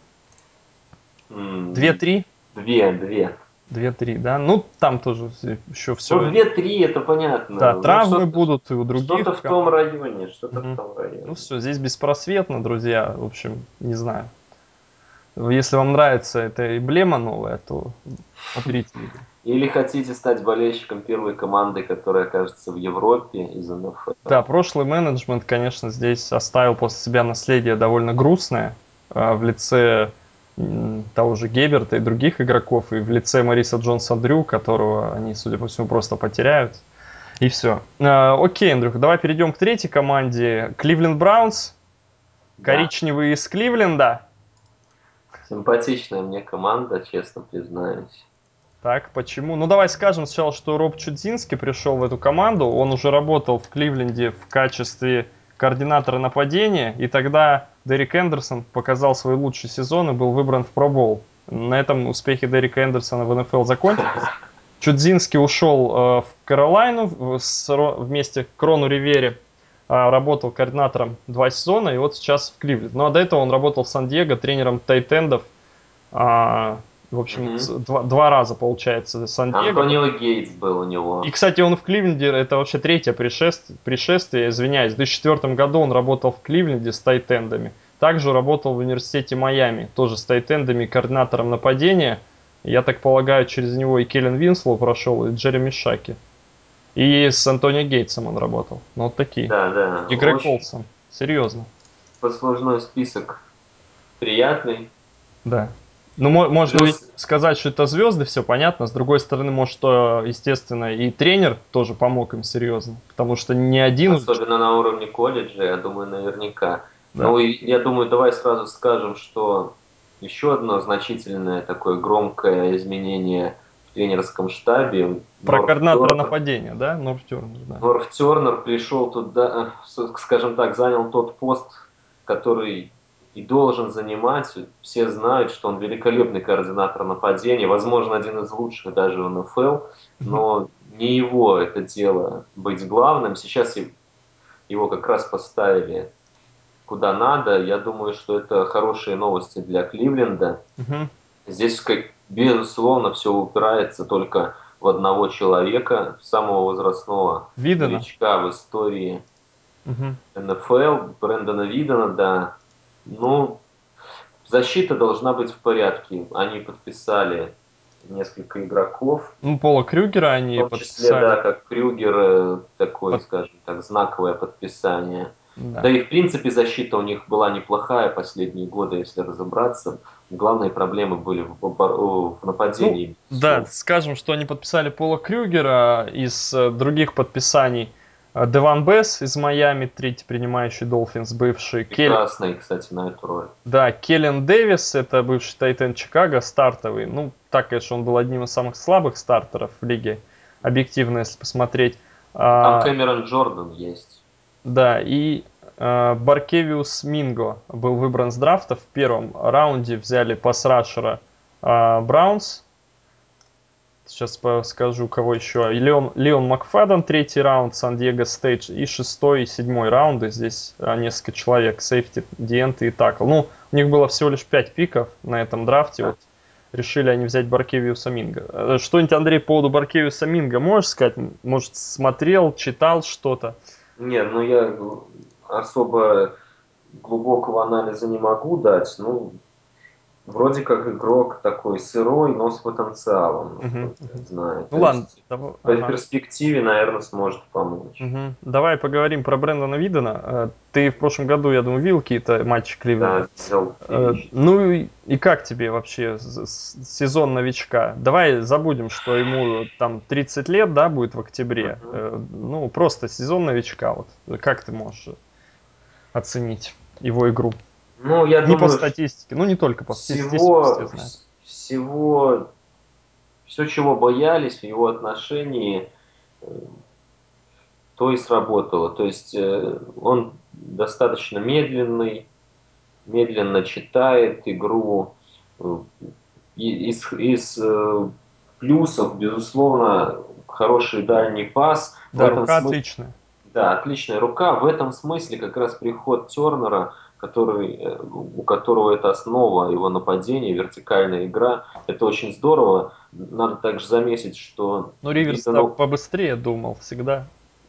М, Две-три? Две, две. Две-три, да? Ну, там тоже еще Ну, все. две-три, это Да, понятно. Ну, травмы что-то, будут и у других что-то в том команд. районе, что-то в Мгм. том Ну районе. все, здесь беспросветно, друзья. В общем, не знаю. Если вам нравится эта эмблема новая, то смотрите ее. Или хотите стать болельщиком первой команды, которая окажется в Европе из эн эф Да, эл? прошлый менеджмент, конечно, здесь оставил после себя наследие довольно грустное а, в лице м, того же Геберта и других игроков, и в лице Мариса Джонса Дрю, которого они, судя по всему, просто потеряют. И все. А, окей, Андрюх, давай перейдем к третьей команде. Кливленд Браунс, Да, коричневые из Кливленда. симпатичная мне команда, честно признаюсь. Так, почему? Ну, давай скажем сначала, что Роб Чудзинский пришел в эту команду. Он уже работал в Кливленде в качестве координатора нападения. И тогда Дерек Эндерсон показал свой лучший сезон и был выбран в Про Боул. На этом успехи Дерека Эндерсона в эн эф эл закончились. Чудзинский ушел э, в Каролайну в- с Ро- вместе к Крону Ривере. А, работал координатором два сезона, и вот сейчас в Кливленд. Ну а до этого он работал в Сан-Диего тренером тайтендов. А, в общем, Мгм. с- два, два раза, получается, Сан-Диего. Антонио Гейтс был у И, него. кстати, он в Кливленде, это вообще третье пришествие, пришествие, извиняюсь. В две тысячи четвёртом году он работал в Кливленде с тайтендами. также работал в университете Майами, тоже с тайтендами, координатором нападения. Я так полагаю, через него и Келлен Винслоу прошел, и Джереми Шаки. И с Антонио Гейтсом он работал. Ну, вот такие. Да, да, И Грег очень Олсон. Серьезно. послужной список приятный. Да. Ну, мо- можно ведь Плюс, сказать, что это звезды, все понятно. С другой стороны, может, что, естественно, и тренер тоже помог им серьезно. Потому что не один уже. особенно на уровне колледжа, я думаю, наверняка. Да. Ну и я думаю, давай сразу скажем, что еще одно значительное такое громкое изменение в тренерском штабе. Про Норф координатора Тернер. нападения, да? Норт Тернер, да. Норф Тернер пришел туда, э, скажем так, занял тот пост, который и должен занимать. Все знают, что он великолепный координатор нападения, возможно, один из лучших даже в эн эф эл, Мгм. но не его это дело быть главным. Сейчас его как раз поставили куда надо. Я думаю, что это хорошие новости для Кливленда. Мгм. Здесь, как, безусловно, все упирается только в одного человека, самого возрастного Видано. новичка в истории Мгм. эн эф эл, Брэндона Видена, да. Ну, защита должна быть в порядке. Они подписали несколько игроков, Ну, Пола Крюгера в они том числе, да, подписали. как Крюгер, э, такой, Под- скажем так, знаковое подписание. Да Да. и, в принципе, защита у них была неплохая последние годы, если разобраться. Главные проблемы были в, обор- в Ну, нападении, да, безусловно. скажем, что они подписали Пола Крюгера. Из э, других подписаний э, Деван Бесс из Майами, третий принимающий Долфинс, бывший. Кель... Прекрасный, кстати, на эту роль. Да, Келлен Дэвис, это бывший тайтенд Чикаго, стартовый. Ну, так, конечно, он был одним из самых слабых стартеров в лиге, объективно, если посмотреть. Ну, там А, Кэмерон Джордан есть. да, и э, Баркевиус Минго был выбран с драфта. В первом раунде взяли пас-рашера э, Браунс. Сейчас по- скажу, кого еще. И Леон, Леон Макфаден, третий раунд, Сан-Диего Стейдж. И шестой и седьмой раунды. Здесь а, несколько человек. Сейфти, диенты и такл. Ну, у них было всего лишь пять пиков на этом драфте. Да. Вот решили они взять Баркевиуса Минга. Э, Что-нибудь, Андрей, по поводу Баркевиуса Минга можешь сказать? Может, смотрел, читал что-то? Не, ну я особо глубокого анализа не могу дать. Ну, вроде как игрок такой сырой, но с потенциалом, Мгм, насколько я мгм. знаю. Ну То ладно, есть давай- в ага. перспективе, наверное, сможет помочь. Мгм. Давай поговорим про Брэндона Видена. Э, Ты в прошлом году, я думаю, видел какие-то матчи Кливленда. Да, взял Э, прилично. Ну и, и как тебе вообще с- с- сезон новичка? Давай забудем, что ему там тридцать лет, да, будет в октябре. Мгм. Э, Ну, просто сезон новичка. Вот как ты можешь оценить его игру? Ну, я Не по думаю, что статистике, ну не только по статистике, все всего, знают. всего, все, чего боялись в его отношении, э, то и сработало. То есть э, он достаточно медленный, медленно читает игру. Э, и- Из, из э, плюсов, безусловно, хороший дальний пас. В Да, этом рука смысле, отличная. да, отличная рука. В этом смысле как раз приход Тернера, который, э, у которого это основа его нападения, вертикальная игра, это очень здорово. Надо также заметить, что Ну, Риверс-то Видану, побыстрее думал всегда.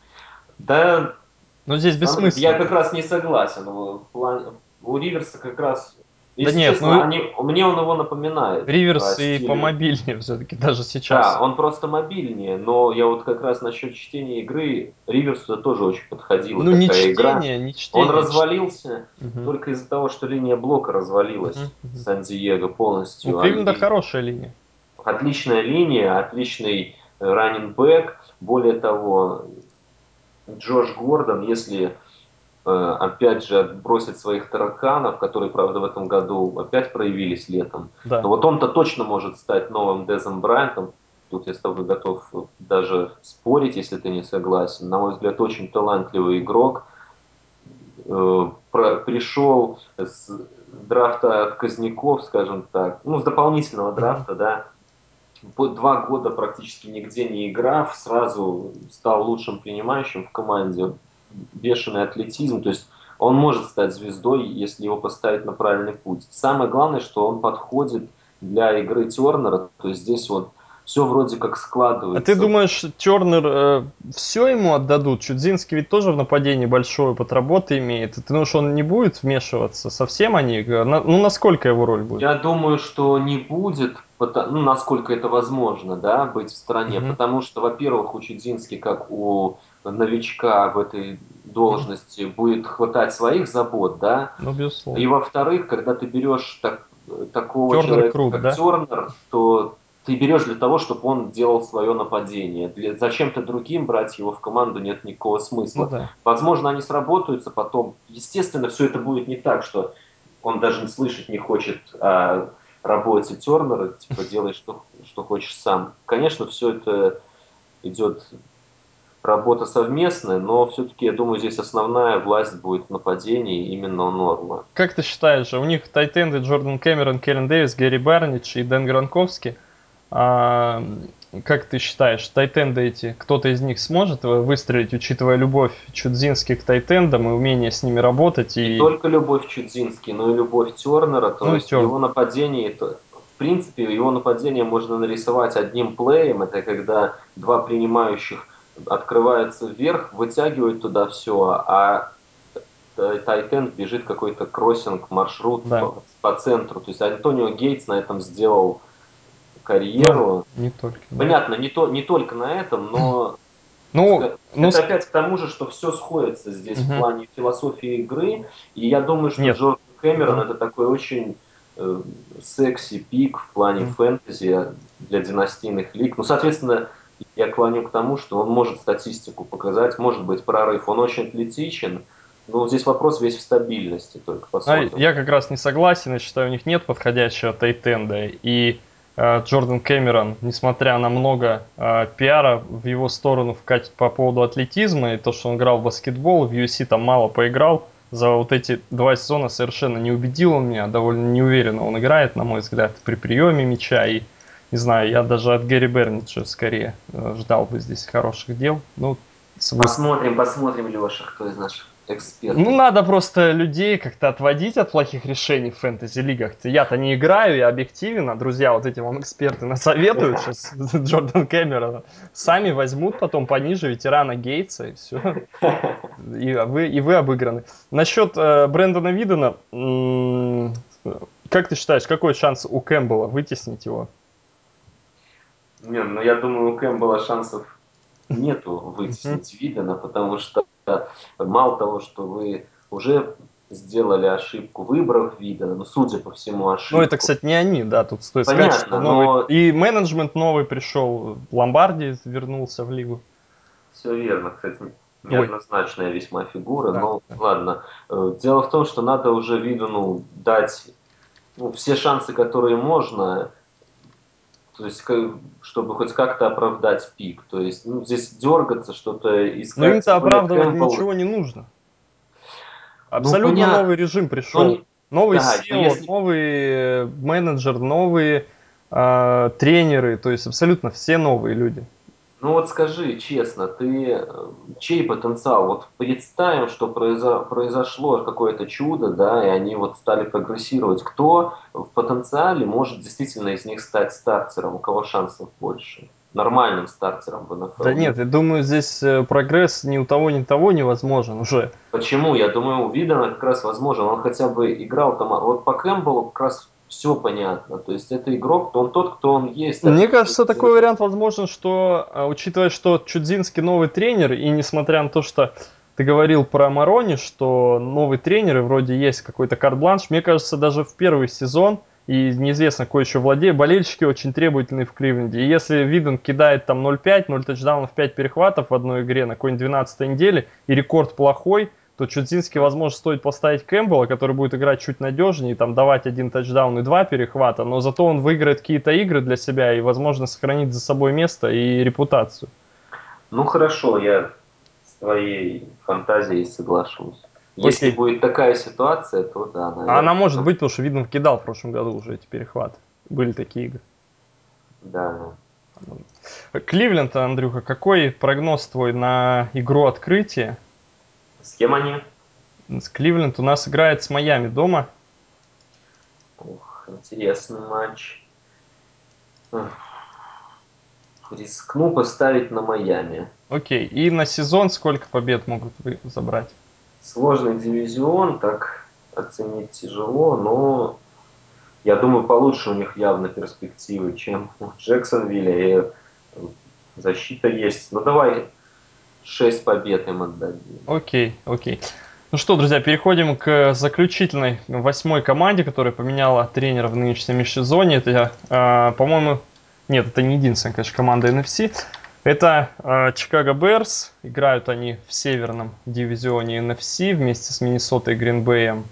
да, Но здесь Сам- я бессмысленно. как раз не согласен. В плане- у Риверса как раз, Да если нет, честно, ну они, мне он его напоминает по Риверс и стилю. помобильнее все-таки даже Да, сейчас. он просто мобильнее, но я вот как раз насчет чтения игры, Риверсу тоже очень подходила Ну, не такая игра. чтение, не Он чтение. ч- развалился Мгм, только из-за того, что линия блока мгм, развалилась мгм. Сан-Диего У полностью. А Кливленда и- хорошая линия. отличная линия, отличный раннинг-бэк. Более того, Джош Гордон, если э, опять же отбросить своих тараканов, которые, правда, в этом году опять проявились летом. Но Да. вот он-то точно может стать новым Дезом Брайантом. Тут я с тобой готов даже спорить, если ты не согласен. На мой взгляд, очень талантливый игрок. Э, про- пришел с драфта отказников, скажем так, ну, с дополнительного Мгм. драфта, да, по два года практически нигде не играв, сразу стал лучшим принимающим в команде. Бешеный атлетизм, то есть он может стать звездой, если его поставить на правильный путь. Самое главное, что он подходит для игры Тернера, то есть здесь вот все вроде как А ты складывается. думаешь, Тернер э, все ему отдадут? Чудзинский ведь тоже в нападении большой опыт работы имеет. И ты думаешь, он не будет вмешиваться? Совсем они? Э, на- ну, насколько его роль будет? Я думаю, что не будет, пота- ну, насколько это возможно, да, быть в стране, Мгм. потому что, во-первых, у Чудзински, как у новичка в этой Мгм. должности, будет хватать своих забот, да, Ну, и, безусловно. во-вторых, когда ты берешь так- такого Тернер человека, крут, как да? Тернер, то ты берешь для того, чтобы он делал свое нападение. Для, зачем-то другим брать его в команду нет никакого Ну смысла. да. Возможно, они сработаются потом. Естественно, все это будет не так, что он даже слышать не хочет о работе Тернера, типа делай, что, что хочешь сам. Конечно, все это идет работа совместная, но все-таки, я думаю, здесь основная власть будет в нападении именно у Норма. Как ты считаешь, у них тайтенды Джордан Кэмерон, Келлен Дэвис, Гэри Барнидж и Дэн Гранковский. А, как ты считаешь, тайтенды эти, кто-то из них сможет выстрелить, учитывая любовь Чудзински к тайтендам и умение с ними работать? Не И, только любовь Чудзински, но и любовь Тернера, то ну и есть в его Терн. нападении, то, в принципе, его нападение можно нарисовать одним плеем, это когда два принимающих открываются вверх, вытягивают туда все, а Тайтенд бежит какой-то кроссинг, маршрут Да. по, по центру. То есть Антонио Гейтс на этом сделал Ну, карьеру. не только, да. Понятно, не, то, не только на этом, но Ну, ска- ну, это с- опять к тому же, что все сходится здесь в мгм. плане философии игры. И я думаю, что Нет. Джордан Кэмерон Мгм. это такой очень э, секси пик в плане Мгм. фэнтези для династийных лиг. Ну, соответственно, я клоню к тому, что он может статистику показать, может быть прорыв. Он очень атлетичен, но здесь вопрос весь в стабильности, только А посмотрим. я как раз не согласен, я считаю, у них нет подходящего тайтенда. И э, Джордан Кэмерон, несмотря на много э, пиара в его сторону в каче- по поводу атлетизма и то, что он играл в баскетбол, в ю эф си там мало поиграл, за вот эти два сезона совершенно не убедил он меня, довольно неуверенно он играет, на мой взгляд, при приеме мяча. И, не знаю, я даже от Гэри Берниджа скорее э, ждал бы здесь хороших дел. Ну, с выс- Посмотрим, посмотрим, Леша, кто из наших ну, экспертов. надо просто людей как-то отводить от плохих решений в фэнтези-лигах. Я-то не играю, я объективен, а друзья вот эти вам эксперты насоветуют сейчас Джордан Кэмерона. Сами возьмут потом пониже ветерана Гейтса, и все. И вы, и вы обыграны. Насчет э, Брэндона Видена, м, как ты считаешь, какой шанс у Кэмпбелла вытеснить его? Не, ну я думаю, у Кэмпбелла шансов нету Мгм. вытеснить Видена, потому что мало того, что вы уже сделали ошибку, выбрав Видена, ну, судя по всему, Ну, это, ошибку. кстати, не они, да, тут стоит сказать, что Понятно, новый... но И менеджмент новый пришел, Ломбарди вернулся в лигу. все верно, кстати, Ой, неоднозначная весьма фигура, да, но да. ладно. Э, Дело в том, что надо уже Видену дать ну, все шансы, которые можно, то есть, как- чтобы хоть как-то оправдать пик. То есть, ну, здесь дергаться, что-то Но искать, им-то тем более оправдывать Кэмпбелл, ничего не нужно. ну, Абсолютно понятно, новый режим но пришел. не, Новый да, но се и о, если, новый э, менеджер, новые э, тренеры, то есть абсолютно все новые люди. ну вот скажи честно, ты, э, чей потенциал, вот представим, что произо- произошло какое-то чудо, да, и они вот стали прогрессировать, кто в потенциале может действительно из них стать стартером, у кого шансов больше, нормальным стартером в Да эн эф эл? нет, я думаю, здесь э, прогресс ни у того, ни у того невозможен уже. Почему? Я думаю, у Видона как раз возможен. Он хотя бы играл там. а Вот по Кэмпбеллу как раз все понятно. То есть это игрок, он тот, кто он есть. Мне Отличный кажется, такой совершенно. вариант возможен, что, а, учитывая, что Чудзинский новый тренер, и несмотря на то, что ты говорил про Марони, что новый тренер, и вроде есть какой-то карт-бланш, мне кажется, даже в первый сезон, и неизвестно, какой еще владеет, болельщики очень требовательны в Кливленде. И если Виден кидает там ноль пять, ноль тачдаунов, пять перехватов в одной игре на какой-нибудь двенадцатой неделе, и рекорд плохой, то Чудзинский, возможно, стоит поставить Кэмпбелла, который будет играть чуть надежнее, там давать один тачдаун и два перехвата, но зато он выиграет какие-то игры для себя и, возможно, сохранит за собой место и репутацию. Ну хорошо, я с твоей фантазией соглашусь. Если Окей. будет такая ситуация, то да, А она наверное. может быть, потому что, видно, кидал в прошлом году уже эти перехваты. Были такие игры. Да. Кливленд, Андрюха, какой прогноз твой на игру открытия? С кем они? С Кливленд у нас играет с Майами дома. Ух, интересный матч. Ух. Рискну поставить на Майами. Окей. И на сезон сколько побед могут вы забрать? Сложный дивизион, так оценить тяжело, но я думаю, получше у них явно перспективы, чем у Джексонвилля. И э, защита есть. Ну давай шесть побед им отдадим. Окей, окей. Ну что, друзья, переходим к заключительной восьмой команде, которая поменяла тренера в нынешнем межсезонье. Это, э, по-моему, нет, это не единственная, конечно, команда эн эф си. Это э, Чикаго Берс. Играют они в северном дивизионе эн эф си вместе с Миннесотой, Гринбеем,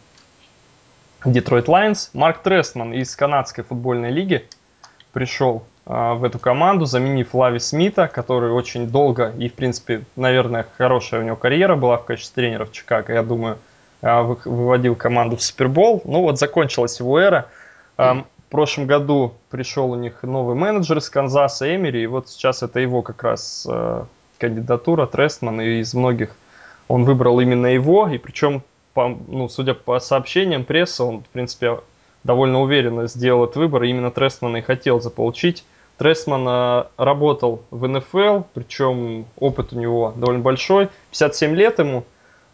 Детройт Лайонс. Марк Трестман из канадской футбольной лиги пришел а, в эту команду, заменив Лави Смита, который очень долго и, в принципе, наверное, хорошая у него карьера была в качестве тренера в Чикаго. Я думаю, а, вы- выводил команду в Супербол. Ну вот, закончилась его эра. А, в прошлом году пришел у них новый менеджер из Канзаса, Эмери, и вот сейчас это его как раз а, кандидатура, Трестман, и из многих он выбрал именно его, и причем, по, ну, судя по сообщениям прессы, он, в принципе, довольно уверенно сделал этот выбор, и именно Трестмана и хотел заполучить. Трестман э, работал в эн эф эл, причем опыт у него довольно большой, пятьдесят семь лет ему,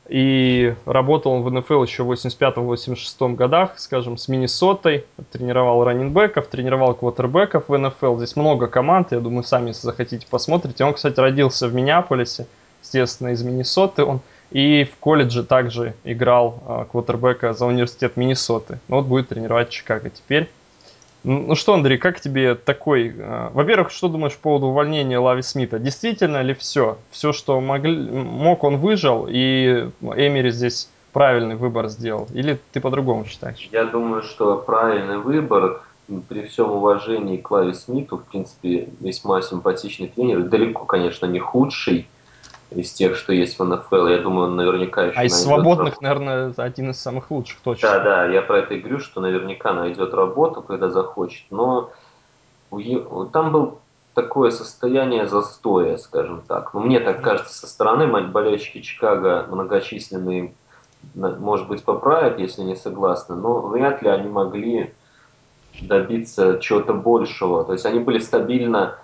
и работал он в эн эф эл еще в восемьдесят пятом восемьдесят шестом годах, скажем, с Миннесотой, тренировал раннинбеков, тренировал квотербеков в эн эф эл. Здесь много команд, я думаю, сами, если захотите, посмотрите. Он, кстати, родился в Миннеаполисе, естественно, из Миннесоты он. И в колледже также играл а, квотербека за университет Миннесоты. Ну, вот будет тренировать Чикаго теперь. Ну ну что, Андрей, как тебе такой... а, Во-первых, что думаешь по поводу увольнения Лави Смита? Действительно ли все? Все, что могли, мог, он выжил, и Эмери здесь правильный выбор сделал? Или ты по-другому считаешь? Я думаю, что правильный выбор, при всем уважении к Лави Смиту, в принципе, весьма симпатичный тренер, далеко, конечно, не худший из тех, что есть в эн эф эл. Я думаю, он наверняка А еще из найдет свободных, работу. наверное, один из самых лучших, Да, точно. да, я про это и говорю, что наверняка найдет работу, когда захочет. Но у е- там был такое состояние застоя, скажем так. Ну, мне так Мгм. кажется, со стороны мать болельщики Чикаго многочисленные, на- может быть, поправят, если не согласны, но вряд ли они могли добиться чего-то большего. То есть они были стабильно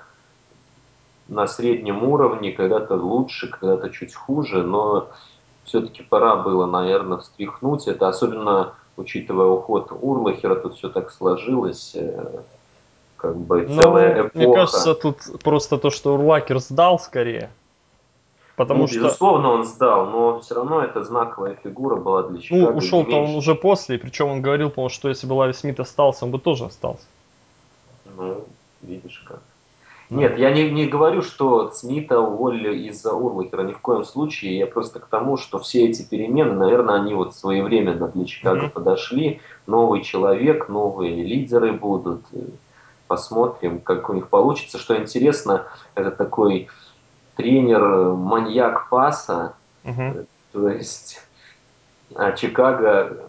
на среднем уровне, когда-то лучше, когда-то чуть хуже, но все-таки пора было, наверное, встряхнуть это, особенно учитывая уход Урлахера, тут все так сложилось, э, как бы Ну, целая мне кажется, эпоха. тут просто то, что Урлакер сдал скорее. Ну, Потому что, безусловно, он сдал, но все равно это знаковая фигура была для ну, Чикаго не ушел-то он меньше, уже чем... после, и причем он говорил, по-моему, что если бы Ларри Смит остался, он бы тоже остался. Ну, видишь как. Да. Нет, я не, не говорю, что Смита уволили из-за Урлахера, ни в коем случае. Я просто к тому, что все эти перемены, наверное, они вот своевременно для Чикаго Мгм. подошли. Новый человек, новые лидеры будут. И посмотрим, как у них получится. Что интересно, это такой тренер-маньяк паса. Мгм. Э, То есть а Чикаго,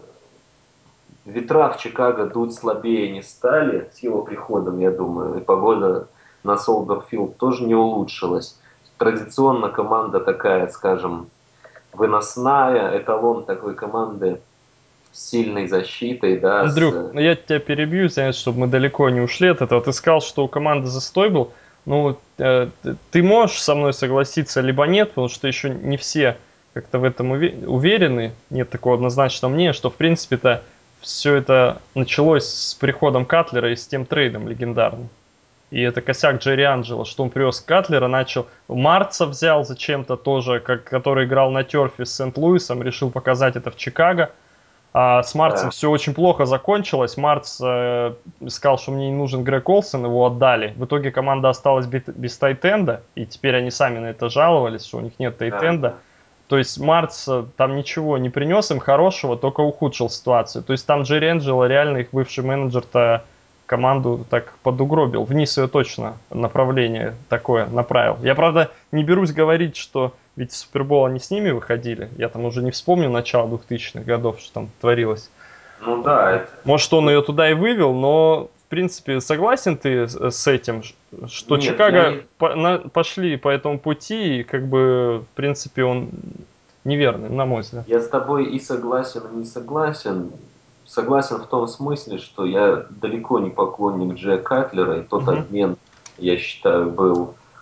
ветра в Чикаго дуть слабее не стали с его приходом, я думаю, и погода на Солдерфилд тоже не улучшилась. Традиционно команда такая, скажем, выносная, эталон такой команды с сильной защитой, да, Андрюх, с... ну я тебя перебью, извиняюсь, чтобы мы далеко не ушли от этого. Ты сказал, что у команды застой был. Ну, э, ты ты можешь со мной согласиться, либо нет, потому что еще не все как-то в этом уве- уверены. Нет такого однозначного мнения, что, в принципе-то, все это началось с приходом Катлера и с тем трейдом легендарным. И это косяк Джерри Анджело, что он привез Катлера, начал... Марца взял зачем-то тоже, как, который играл на терфе с Сент-Луисом, решил показать это в Чикаго. А с Марцем Да, все очень плохо закончилось. Марц э, сказал, что мне не нужен Грег Олсен, его отдали. В итоге команда осталась без, без тайтенда, и теперь они сами на это жаловались, что у них нет да, тайтенда. да. То есть Марц э, там ничего не принес им хорошего, только ухудшил ситуацию. То есть там Джерри Энджело, реально их бывший менеджер-то команду так подугробил. Вниз ее точно направление такое направил. Я, правда, не берусь говорить, что ведь в Супербол они с ними выходили. Я там уже не вспомню начало двухтысячных годов, что там творилось. Ну да, Вот. это... Может, он ее туда и вывел, но, в принципе, согласен ты с с этим, что Нет, я Чикаго не... по- на- пошли по этому пути, и, как бы, в принципе, он неверный, на мой взгляд. Я с тобой и согласен, и не согласен. Согласен в том смысле, что я далеко не поклонник Джея Катлера, и тот Мгм. обмен, я считаю, был.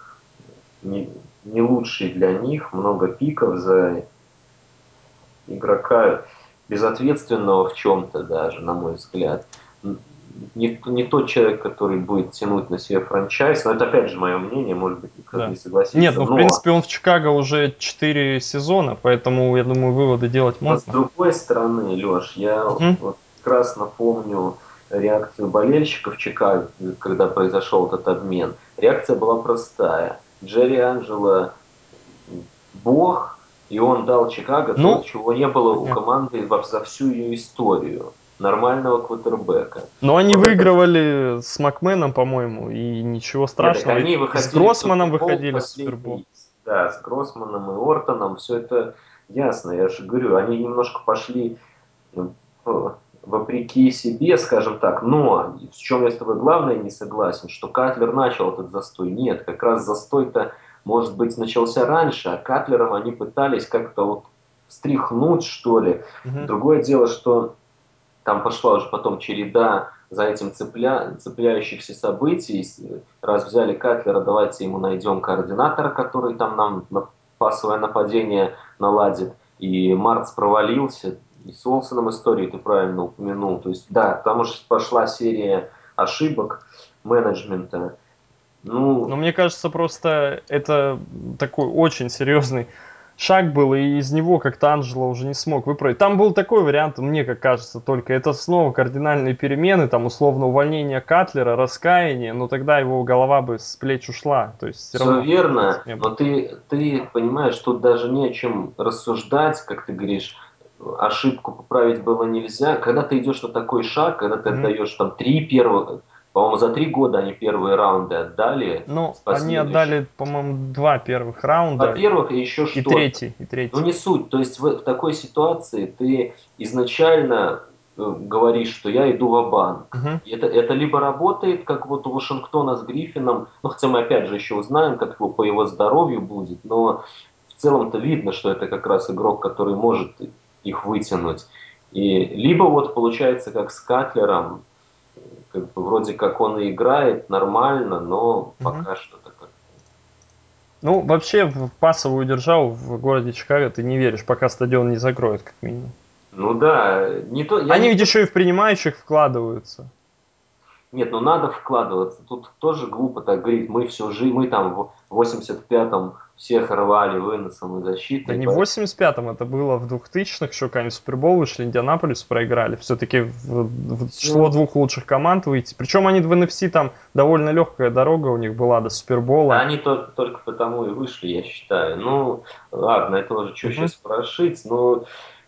не, не лучший для них, много пиков за игрока безответственного в чем-то даже, на мой взгляд. Не, не тот человек, который будет тянуть на себе франчайз, но это опять же мое мнение, может быть, кто-то не Да. Нет, согласится, ну в но, принципе он в Чикаго уже четыре сезона, поэтому, я думаю, выводы делать но с можно. другой стороны, Леш, я Мгм. вот прекрасно помню реакцию болельщиков Чикаго, когда произошел этот обмен. Реакция была простая. Джерри Анджело бог, и он дал Чикаго то, Ну, чего не было у понятно. команды во, за всю ее историю. Нормального квотербека. Но они Вот это... выигрывали с Макменом, по-моему, и ничего Нет, так страшного. И они и с выходили в Гроссманом Супербол выходили в Супербол. последний, да, с Гроссманом и Ортоном, все это ясно, я же говорю, они немножко пошли ну, вопреки себе, скажем так, но в чем я с тобой главное не согласен, что Катлер начал этот застой. Нет, как раз застой-то, может быть, начался раньше, а Катлером они пытались как-то вот стряхнуть, что ли. Мгм. Другое дело, что там пошла уже потом череда за этим цепля... цепляющихся событий. Раз взяли Катлера, давайте ему найдем координатора, который там нам на пасовое нападение наладит. И Марц провалился. И с Уолсоном историю ты правильно упомянул. То есть, да, потому что пошла серия ошибок менеджмента. Но Ну, мне кажется, просто это такой очень серьезный шаг был, и из него как-то Анджело уже не смог выправить. Там был такой вариант, мне как кажется, только это снова кардинальные перемены, там условно увольнение Катлера, раскаяние, но тогда его голова бы с плеч ушла, то есть все все равно шансов верно, не но было. ты, ты понимаешь, тут даже не о чем рассуждать, как ты говоришь, ошибку поправить было нельзя. Когда ты идешь на такой шаг, когда ты Мгм. отдаешь там три первых, по-моему, за три года они первые раунды отдали с Ну, они последующих. отдали, по-моему, два первых Два раунда первых и еще и что-то. третий, и Ну третий. не суть. То есть в, в такой ситуации ты изначально э, говоришь, что я иду в банк. Мгм. Это, это либо работает, как вот у Вашингтона с Гриффином, ну хотя мы опять же еще узнаем, как его по его здоровью будет, но в целом-то видно, что это как раз игрок, который может их вытянуть. И либо вот получается как с Катлером, как бы вроде как он и играет нормально, но Мгм. пока что-то как. Ну, вообще, в пасовую державу в городе Чикаго ты не веришь, пока стадион не закроют, как минимум. Ну да, не то, я Они не ведь то, еще что. и в принимающих вкладываются. Нет, ну надо вкладываться. Тут тоже глупо так говорить. Мы всю жизнь, мы там в восемьдесят пятом всех рвали выносом и Да защитой. не в Поэтому... восемьдесят пятом, это было в двухтысячных, еще когда они в Супербол вышли, Индианаполис проиграли. Все-таки в, в число Ну, двух лучших команд выйти. Причем они в эн эф си там довольно легкая дорога у них была до да Супербола. они то- только потому и вышли, я считаю. Ну, ладно, это уже что Мгм. сейчас прошить, но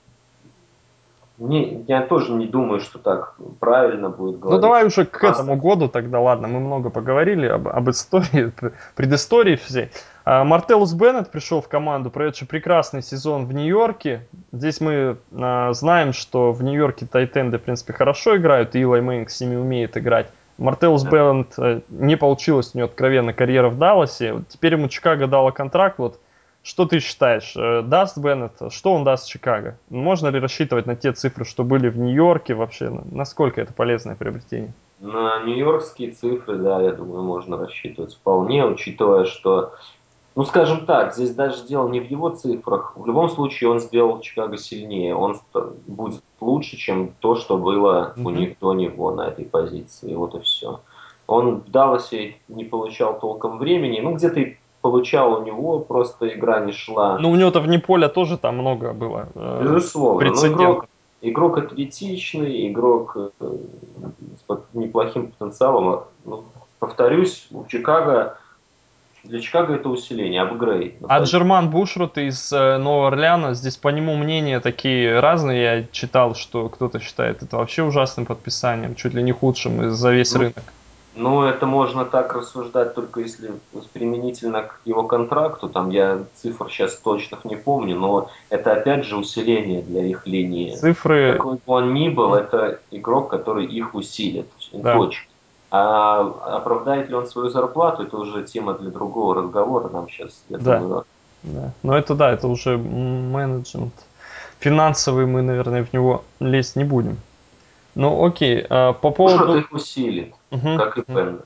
не, я тоже не думаю, что так правильно будет Ну говорить, давай что уже к у нас. этому году тогда, ладно, мы много поговорили об, об истории, предыстории всей. А, Мартеллус Беннет пришел в команду, проведший прекрасный сезон в Нью-Йорке. Здесь мы а, знаем, что в Нью-Йорке тайтенды, в принципе, хорошо играют, и Илай Мэннинг с ними умеет играть. Мартеллус Да. Беннет, э, не получилось у него откровенно карьера в Далласе. Вот теперь ему Чикаго дала контракт, вот что ты считаешь, э, даст Беннет, что он даст Чикаго? Можно ли рассчитывать на те цифры, что были в Нью-Йорке вообще? Насколько это полезное приобретение? На нью-йоркские цифры, да, я думаю, можно рассчитывать вполне, учитывая, что. Ну, скажем так, здесь даже дело не в его цифрах. В любом случае он сделал Чикаго сильнее. Он ст- будет лучше, чем то, что было у Мгм. них до него на этой позиции. Вот и все. Он в Далласе не получал толком времени. Ну, где-то и получал у него, просто игра не шла. Ну, у него-то вне поля тоже там много было э, Безусловно. Но игрок, прецедентов. игрок атлетичный, игрок э, с под- неплохим потенциалом. Ну, повторюсь, у Чикаго, для Чикаго это усиление, апгрейд на А позиции. Джерман Бушрут из э, Нового Орлеана, здесь по нему мнения такие разные. Я читал, что кто-то считает это вообще ужасным подписанием, чуть ли не худшим за весь Ну, рынок. Ну, это можно так рассуждать только если вот применительно к его контракту. Там я цифр сейчас точных не помню, но это опять же усиление для их линии. Цифры, Какой бы он ни был, м, это игрок, который их усилит. да, Точка. А оправдает ли он свою зарплату, это уже тема для другого разговора. Нам сейчас, я да, думаю, да. Но это да, это уже м, менеджмент. Финансовый мы, наверное, в него лезть не будем. Ну, окей, а, по Бушот поводу... их усилит, Мгм, как и мгм. Пен.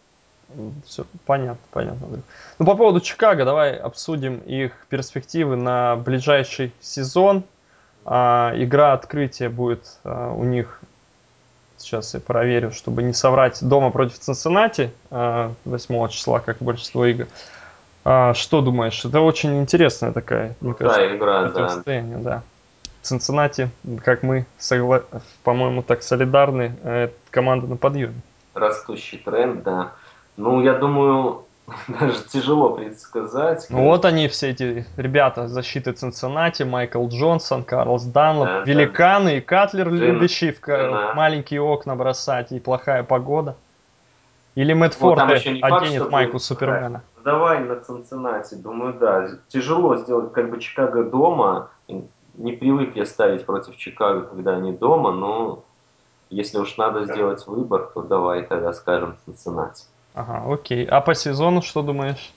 Все понятно, понятно, Андрюх. Ну, по поводу Чикаго, давай обсудим их перспективы на ближайший сезон. А, игра открытия будет а, у них, сейчас я проверю, чтобы не соврать, дома против Цинциннати а, восьмого числа, как большинство игр. А, что думаешь? Это очень интересная такая, мне кажется, Крутая игра, да. противостояние, да. Цинциннати, как мы, согла... по-моему, так солидарны, э, команда на подъеме. Растущий тренд, да. Ну, я думаю, даже тяжело предсказать, Ну как... вот они, все эти ребята защиты Цинциннати, Майкл Джонсон, Карлос Данлоп, Да, да. великаны и Катлер, Джин, любящий в ка- жена. маленькие окна бросать и плохая погода. Или Мэтт Ну, там Форте еще не факт, что оденет майку будет плохая. Супермена. Ну, давай на Цинциннати. Думаю, да. Тяжело сделать как бы Чикаго дома. Не привык я ставить против Чикаго, когда они дома, но если уж надо сделать выбор, то давай тогда скажем Цинциннати. Ага, окей. А по сезону что думаешь?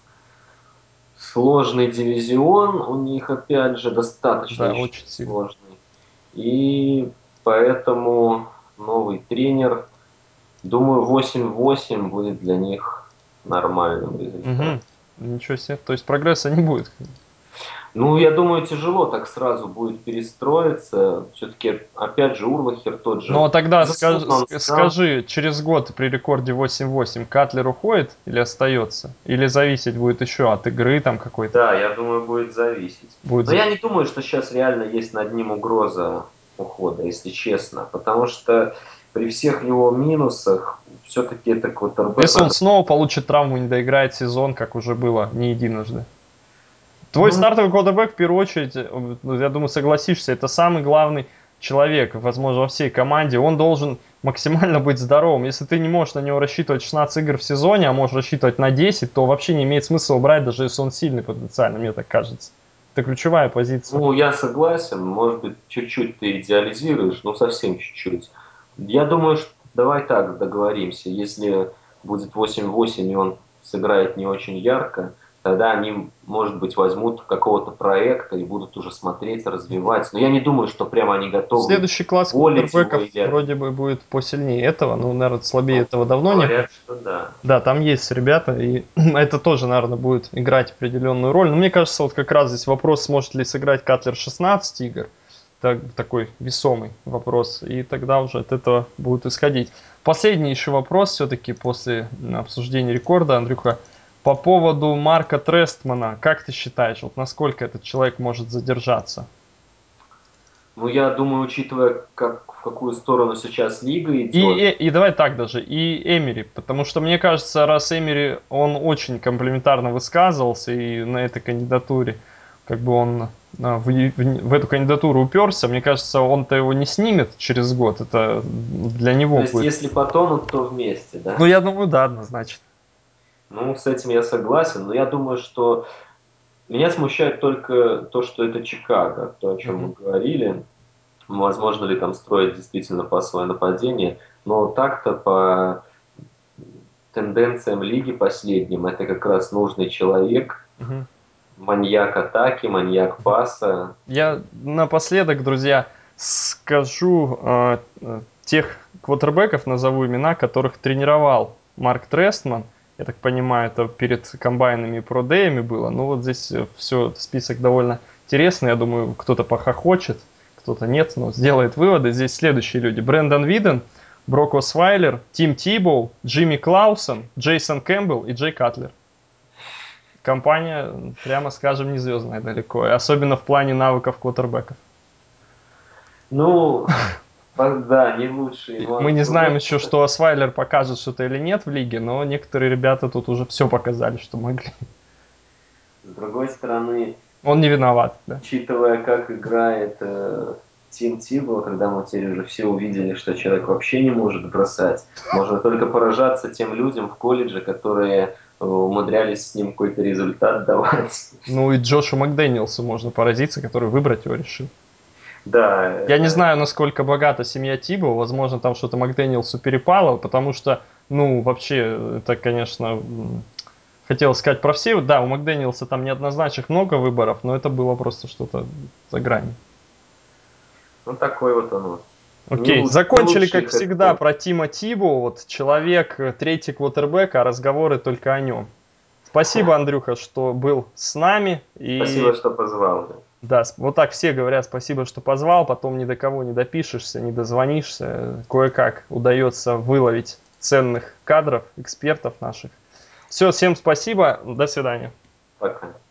Сложный дивизион у них, опять же, достаточно Да, еще очень сильно. сложный. И поэтому новый тренер, думаю, восемь восемь будет для них нормальным результатом. Угу. Ничего себе. То есть прогресса не будет. Ну, я думаю, тяжело так сразу будет перестроиться. Все-таки, опять же, Урлахер тот Ну же. а тогда скажи, Безусловно, он ск- сам. скажи, через год при рекорде восемь восемь Катлер уходит или остается? Или зависеть будет еще от игры там какой-то? Да, я думаю, будет зависеть. Будет Но за- я не думаю, что сейчас реально есть над ним угроза ухода, если честно. Потому что при всех его минусах, все-таки это Если он квотербек. снова получит травму и не доиграет сезон, как уже было не единожды. Твой Ну, стартовый квотербек, в первую очередь, э, ну, я думаю, согласишься, это самый главный человек, возможно, во всей команде. Он должен максимально быть здоровым. Если ты не можешь на него рассчитывать шестнадцать игр в сезоне, а можешь рассчитывать на десять, то вообще не имеет смысла брать, даже если он сильный потенциально, мне так кажется. Это ключевая позиция. Ну, я согласен, может быть, чуть-чуть ты идеализируешь, ну, совсем чуть-чуть. Я думаю, что давай так договоримся. Если будет восемь восемь и он сыграет не очень ярко, тогда они, может быть, возьмут какого-то проекта и будут уже смотреть, развивать. Но я не думаю, что прямо они готовы Следующий класс уволить его квотербеков или... вроде бы будет посильнее этого, ну, наверное, слабее Ну, этого давно не было. говорят, что да. Да, там есть ребята, и это тоже, наверное, будет играть определенную роль. Но мне кажется, вот как раз здесь вопрос, сможет ли сыграть Катлер шестнадцать игр. Так, такой весомый вопрос. И тогда уже от этого будут исходить. Последний еще вопрос все-таки после обсуждения рекорда, Андрюха. По поводу Марка Трестмана, как ты считаешь, вот насколько этот человек может задержаться? Ну, я думаю, учитывая, как, в какую сторону сейчас лига И, идет, и, и давай так даже, и Эмери, потому что мне кажется, раз Эмери, он очень комплиментарно высказывался и на этой кандидатуре, как бы он а, в, в, в эту кандидатуру уперся, мне кажется, он-то его не снимет через год, это для то него есть будет. если потонут, то вместе, Ну, да? я думаю, да, однозначно. Ну, с этим я согласен, но я думаю, что меня смущает только то, что это Чикаго, то, о чем Мгм. мы говорили. Возможно ли там строить действительно пасовое нападение, но так-то по тенденциям лиги последним это как раз нужный человек, Мгм. маньяк атаки, маньяк Мгм. паса. Я напоследок, друзья, скажу э, э, тех квотербеков, назову имена, которых тренировал Марк Трестман. Я так понимаю, это перед комбайнами и продеями было. Ну вот здесь все, список довольно интересный. Я думаю, кто-то похохочет, кто-то нет, но сделает выводы. Здесь следующие люди. Брэндон Виден, Брок Освайлер, Тим Тибоу, Джимми Клаусон, Джейсон Кэмпбелл и Джей Катлер. Компания, прямо скажем, не звездная далеко. Особенно в плане навыков квотербеков. Ну, да, не лучший, Мы но с не знаем другой, еще, что Освайлер покажет что-то или нет в лиге, но некоторые ребята тут уже все показали, что могли. с другой стороны, Он не виноват, да. учитывая, как играет э, Тим Тибо, когда мы теперь уже все увидели, что человек вообще не может бросать, можно только поражаться тем людям в колледже, которые э, умудрялись с ним какой-то результат давать. Ну и Джошу Макдэниелсу можно поразиться, который выбрать его решил. Да, Я не это... знаю, насколько богата семья Тибо, возможно, там что-то Макдэниелсу перепало, потому что, ну, вообще, это, конечно, хотел сказать про все. Да, у Макдэниелса там неоднозначных много выборов, но это было просто что-то за гранью. Ну, такой вот он. Не, Окей, луч, не закончили, лучший как всегда, хед-коуч. про Тима Тибу. Вот человек, э, третий квотербек, а разговоры только о нем. Спасибо, Андрюха, что был с нами. Спасибо, И что позвал. да, с- вот так все говорят, спасибо, что позвал, потом ни до кого не допишешься, не дозвонишься. Кое-как удается выловить ценных кадров, экспертов наших. Все, всем спасибо, до свидания. Пока.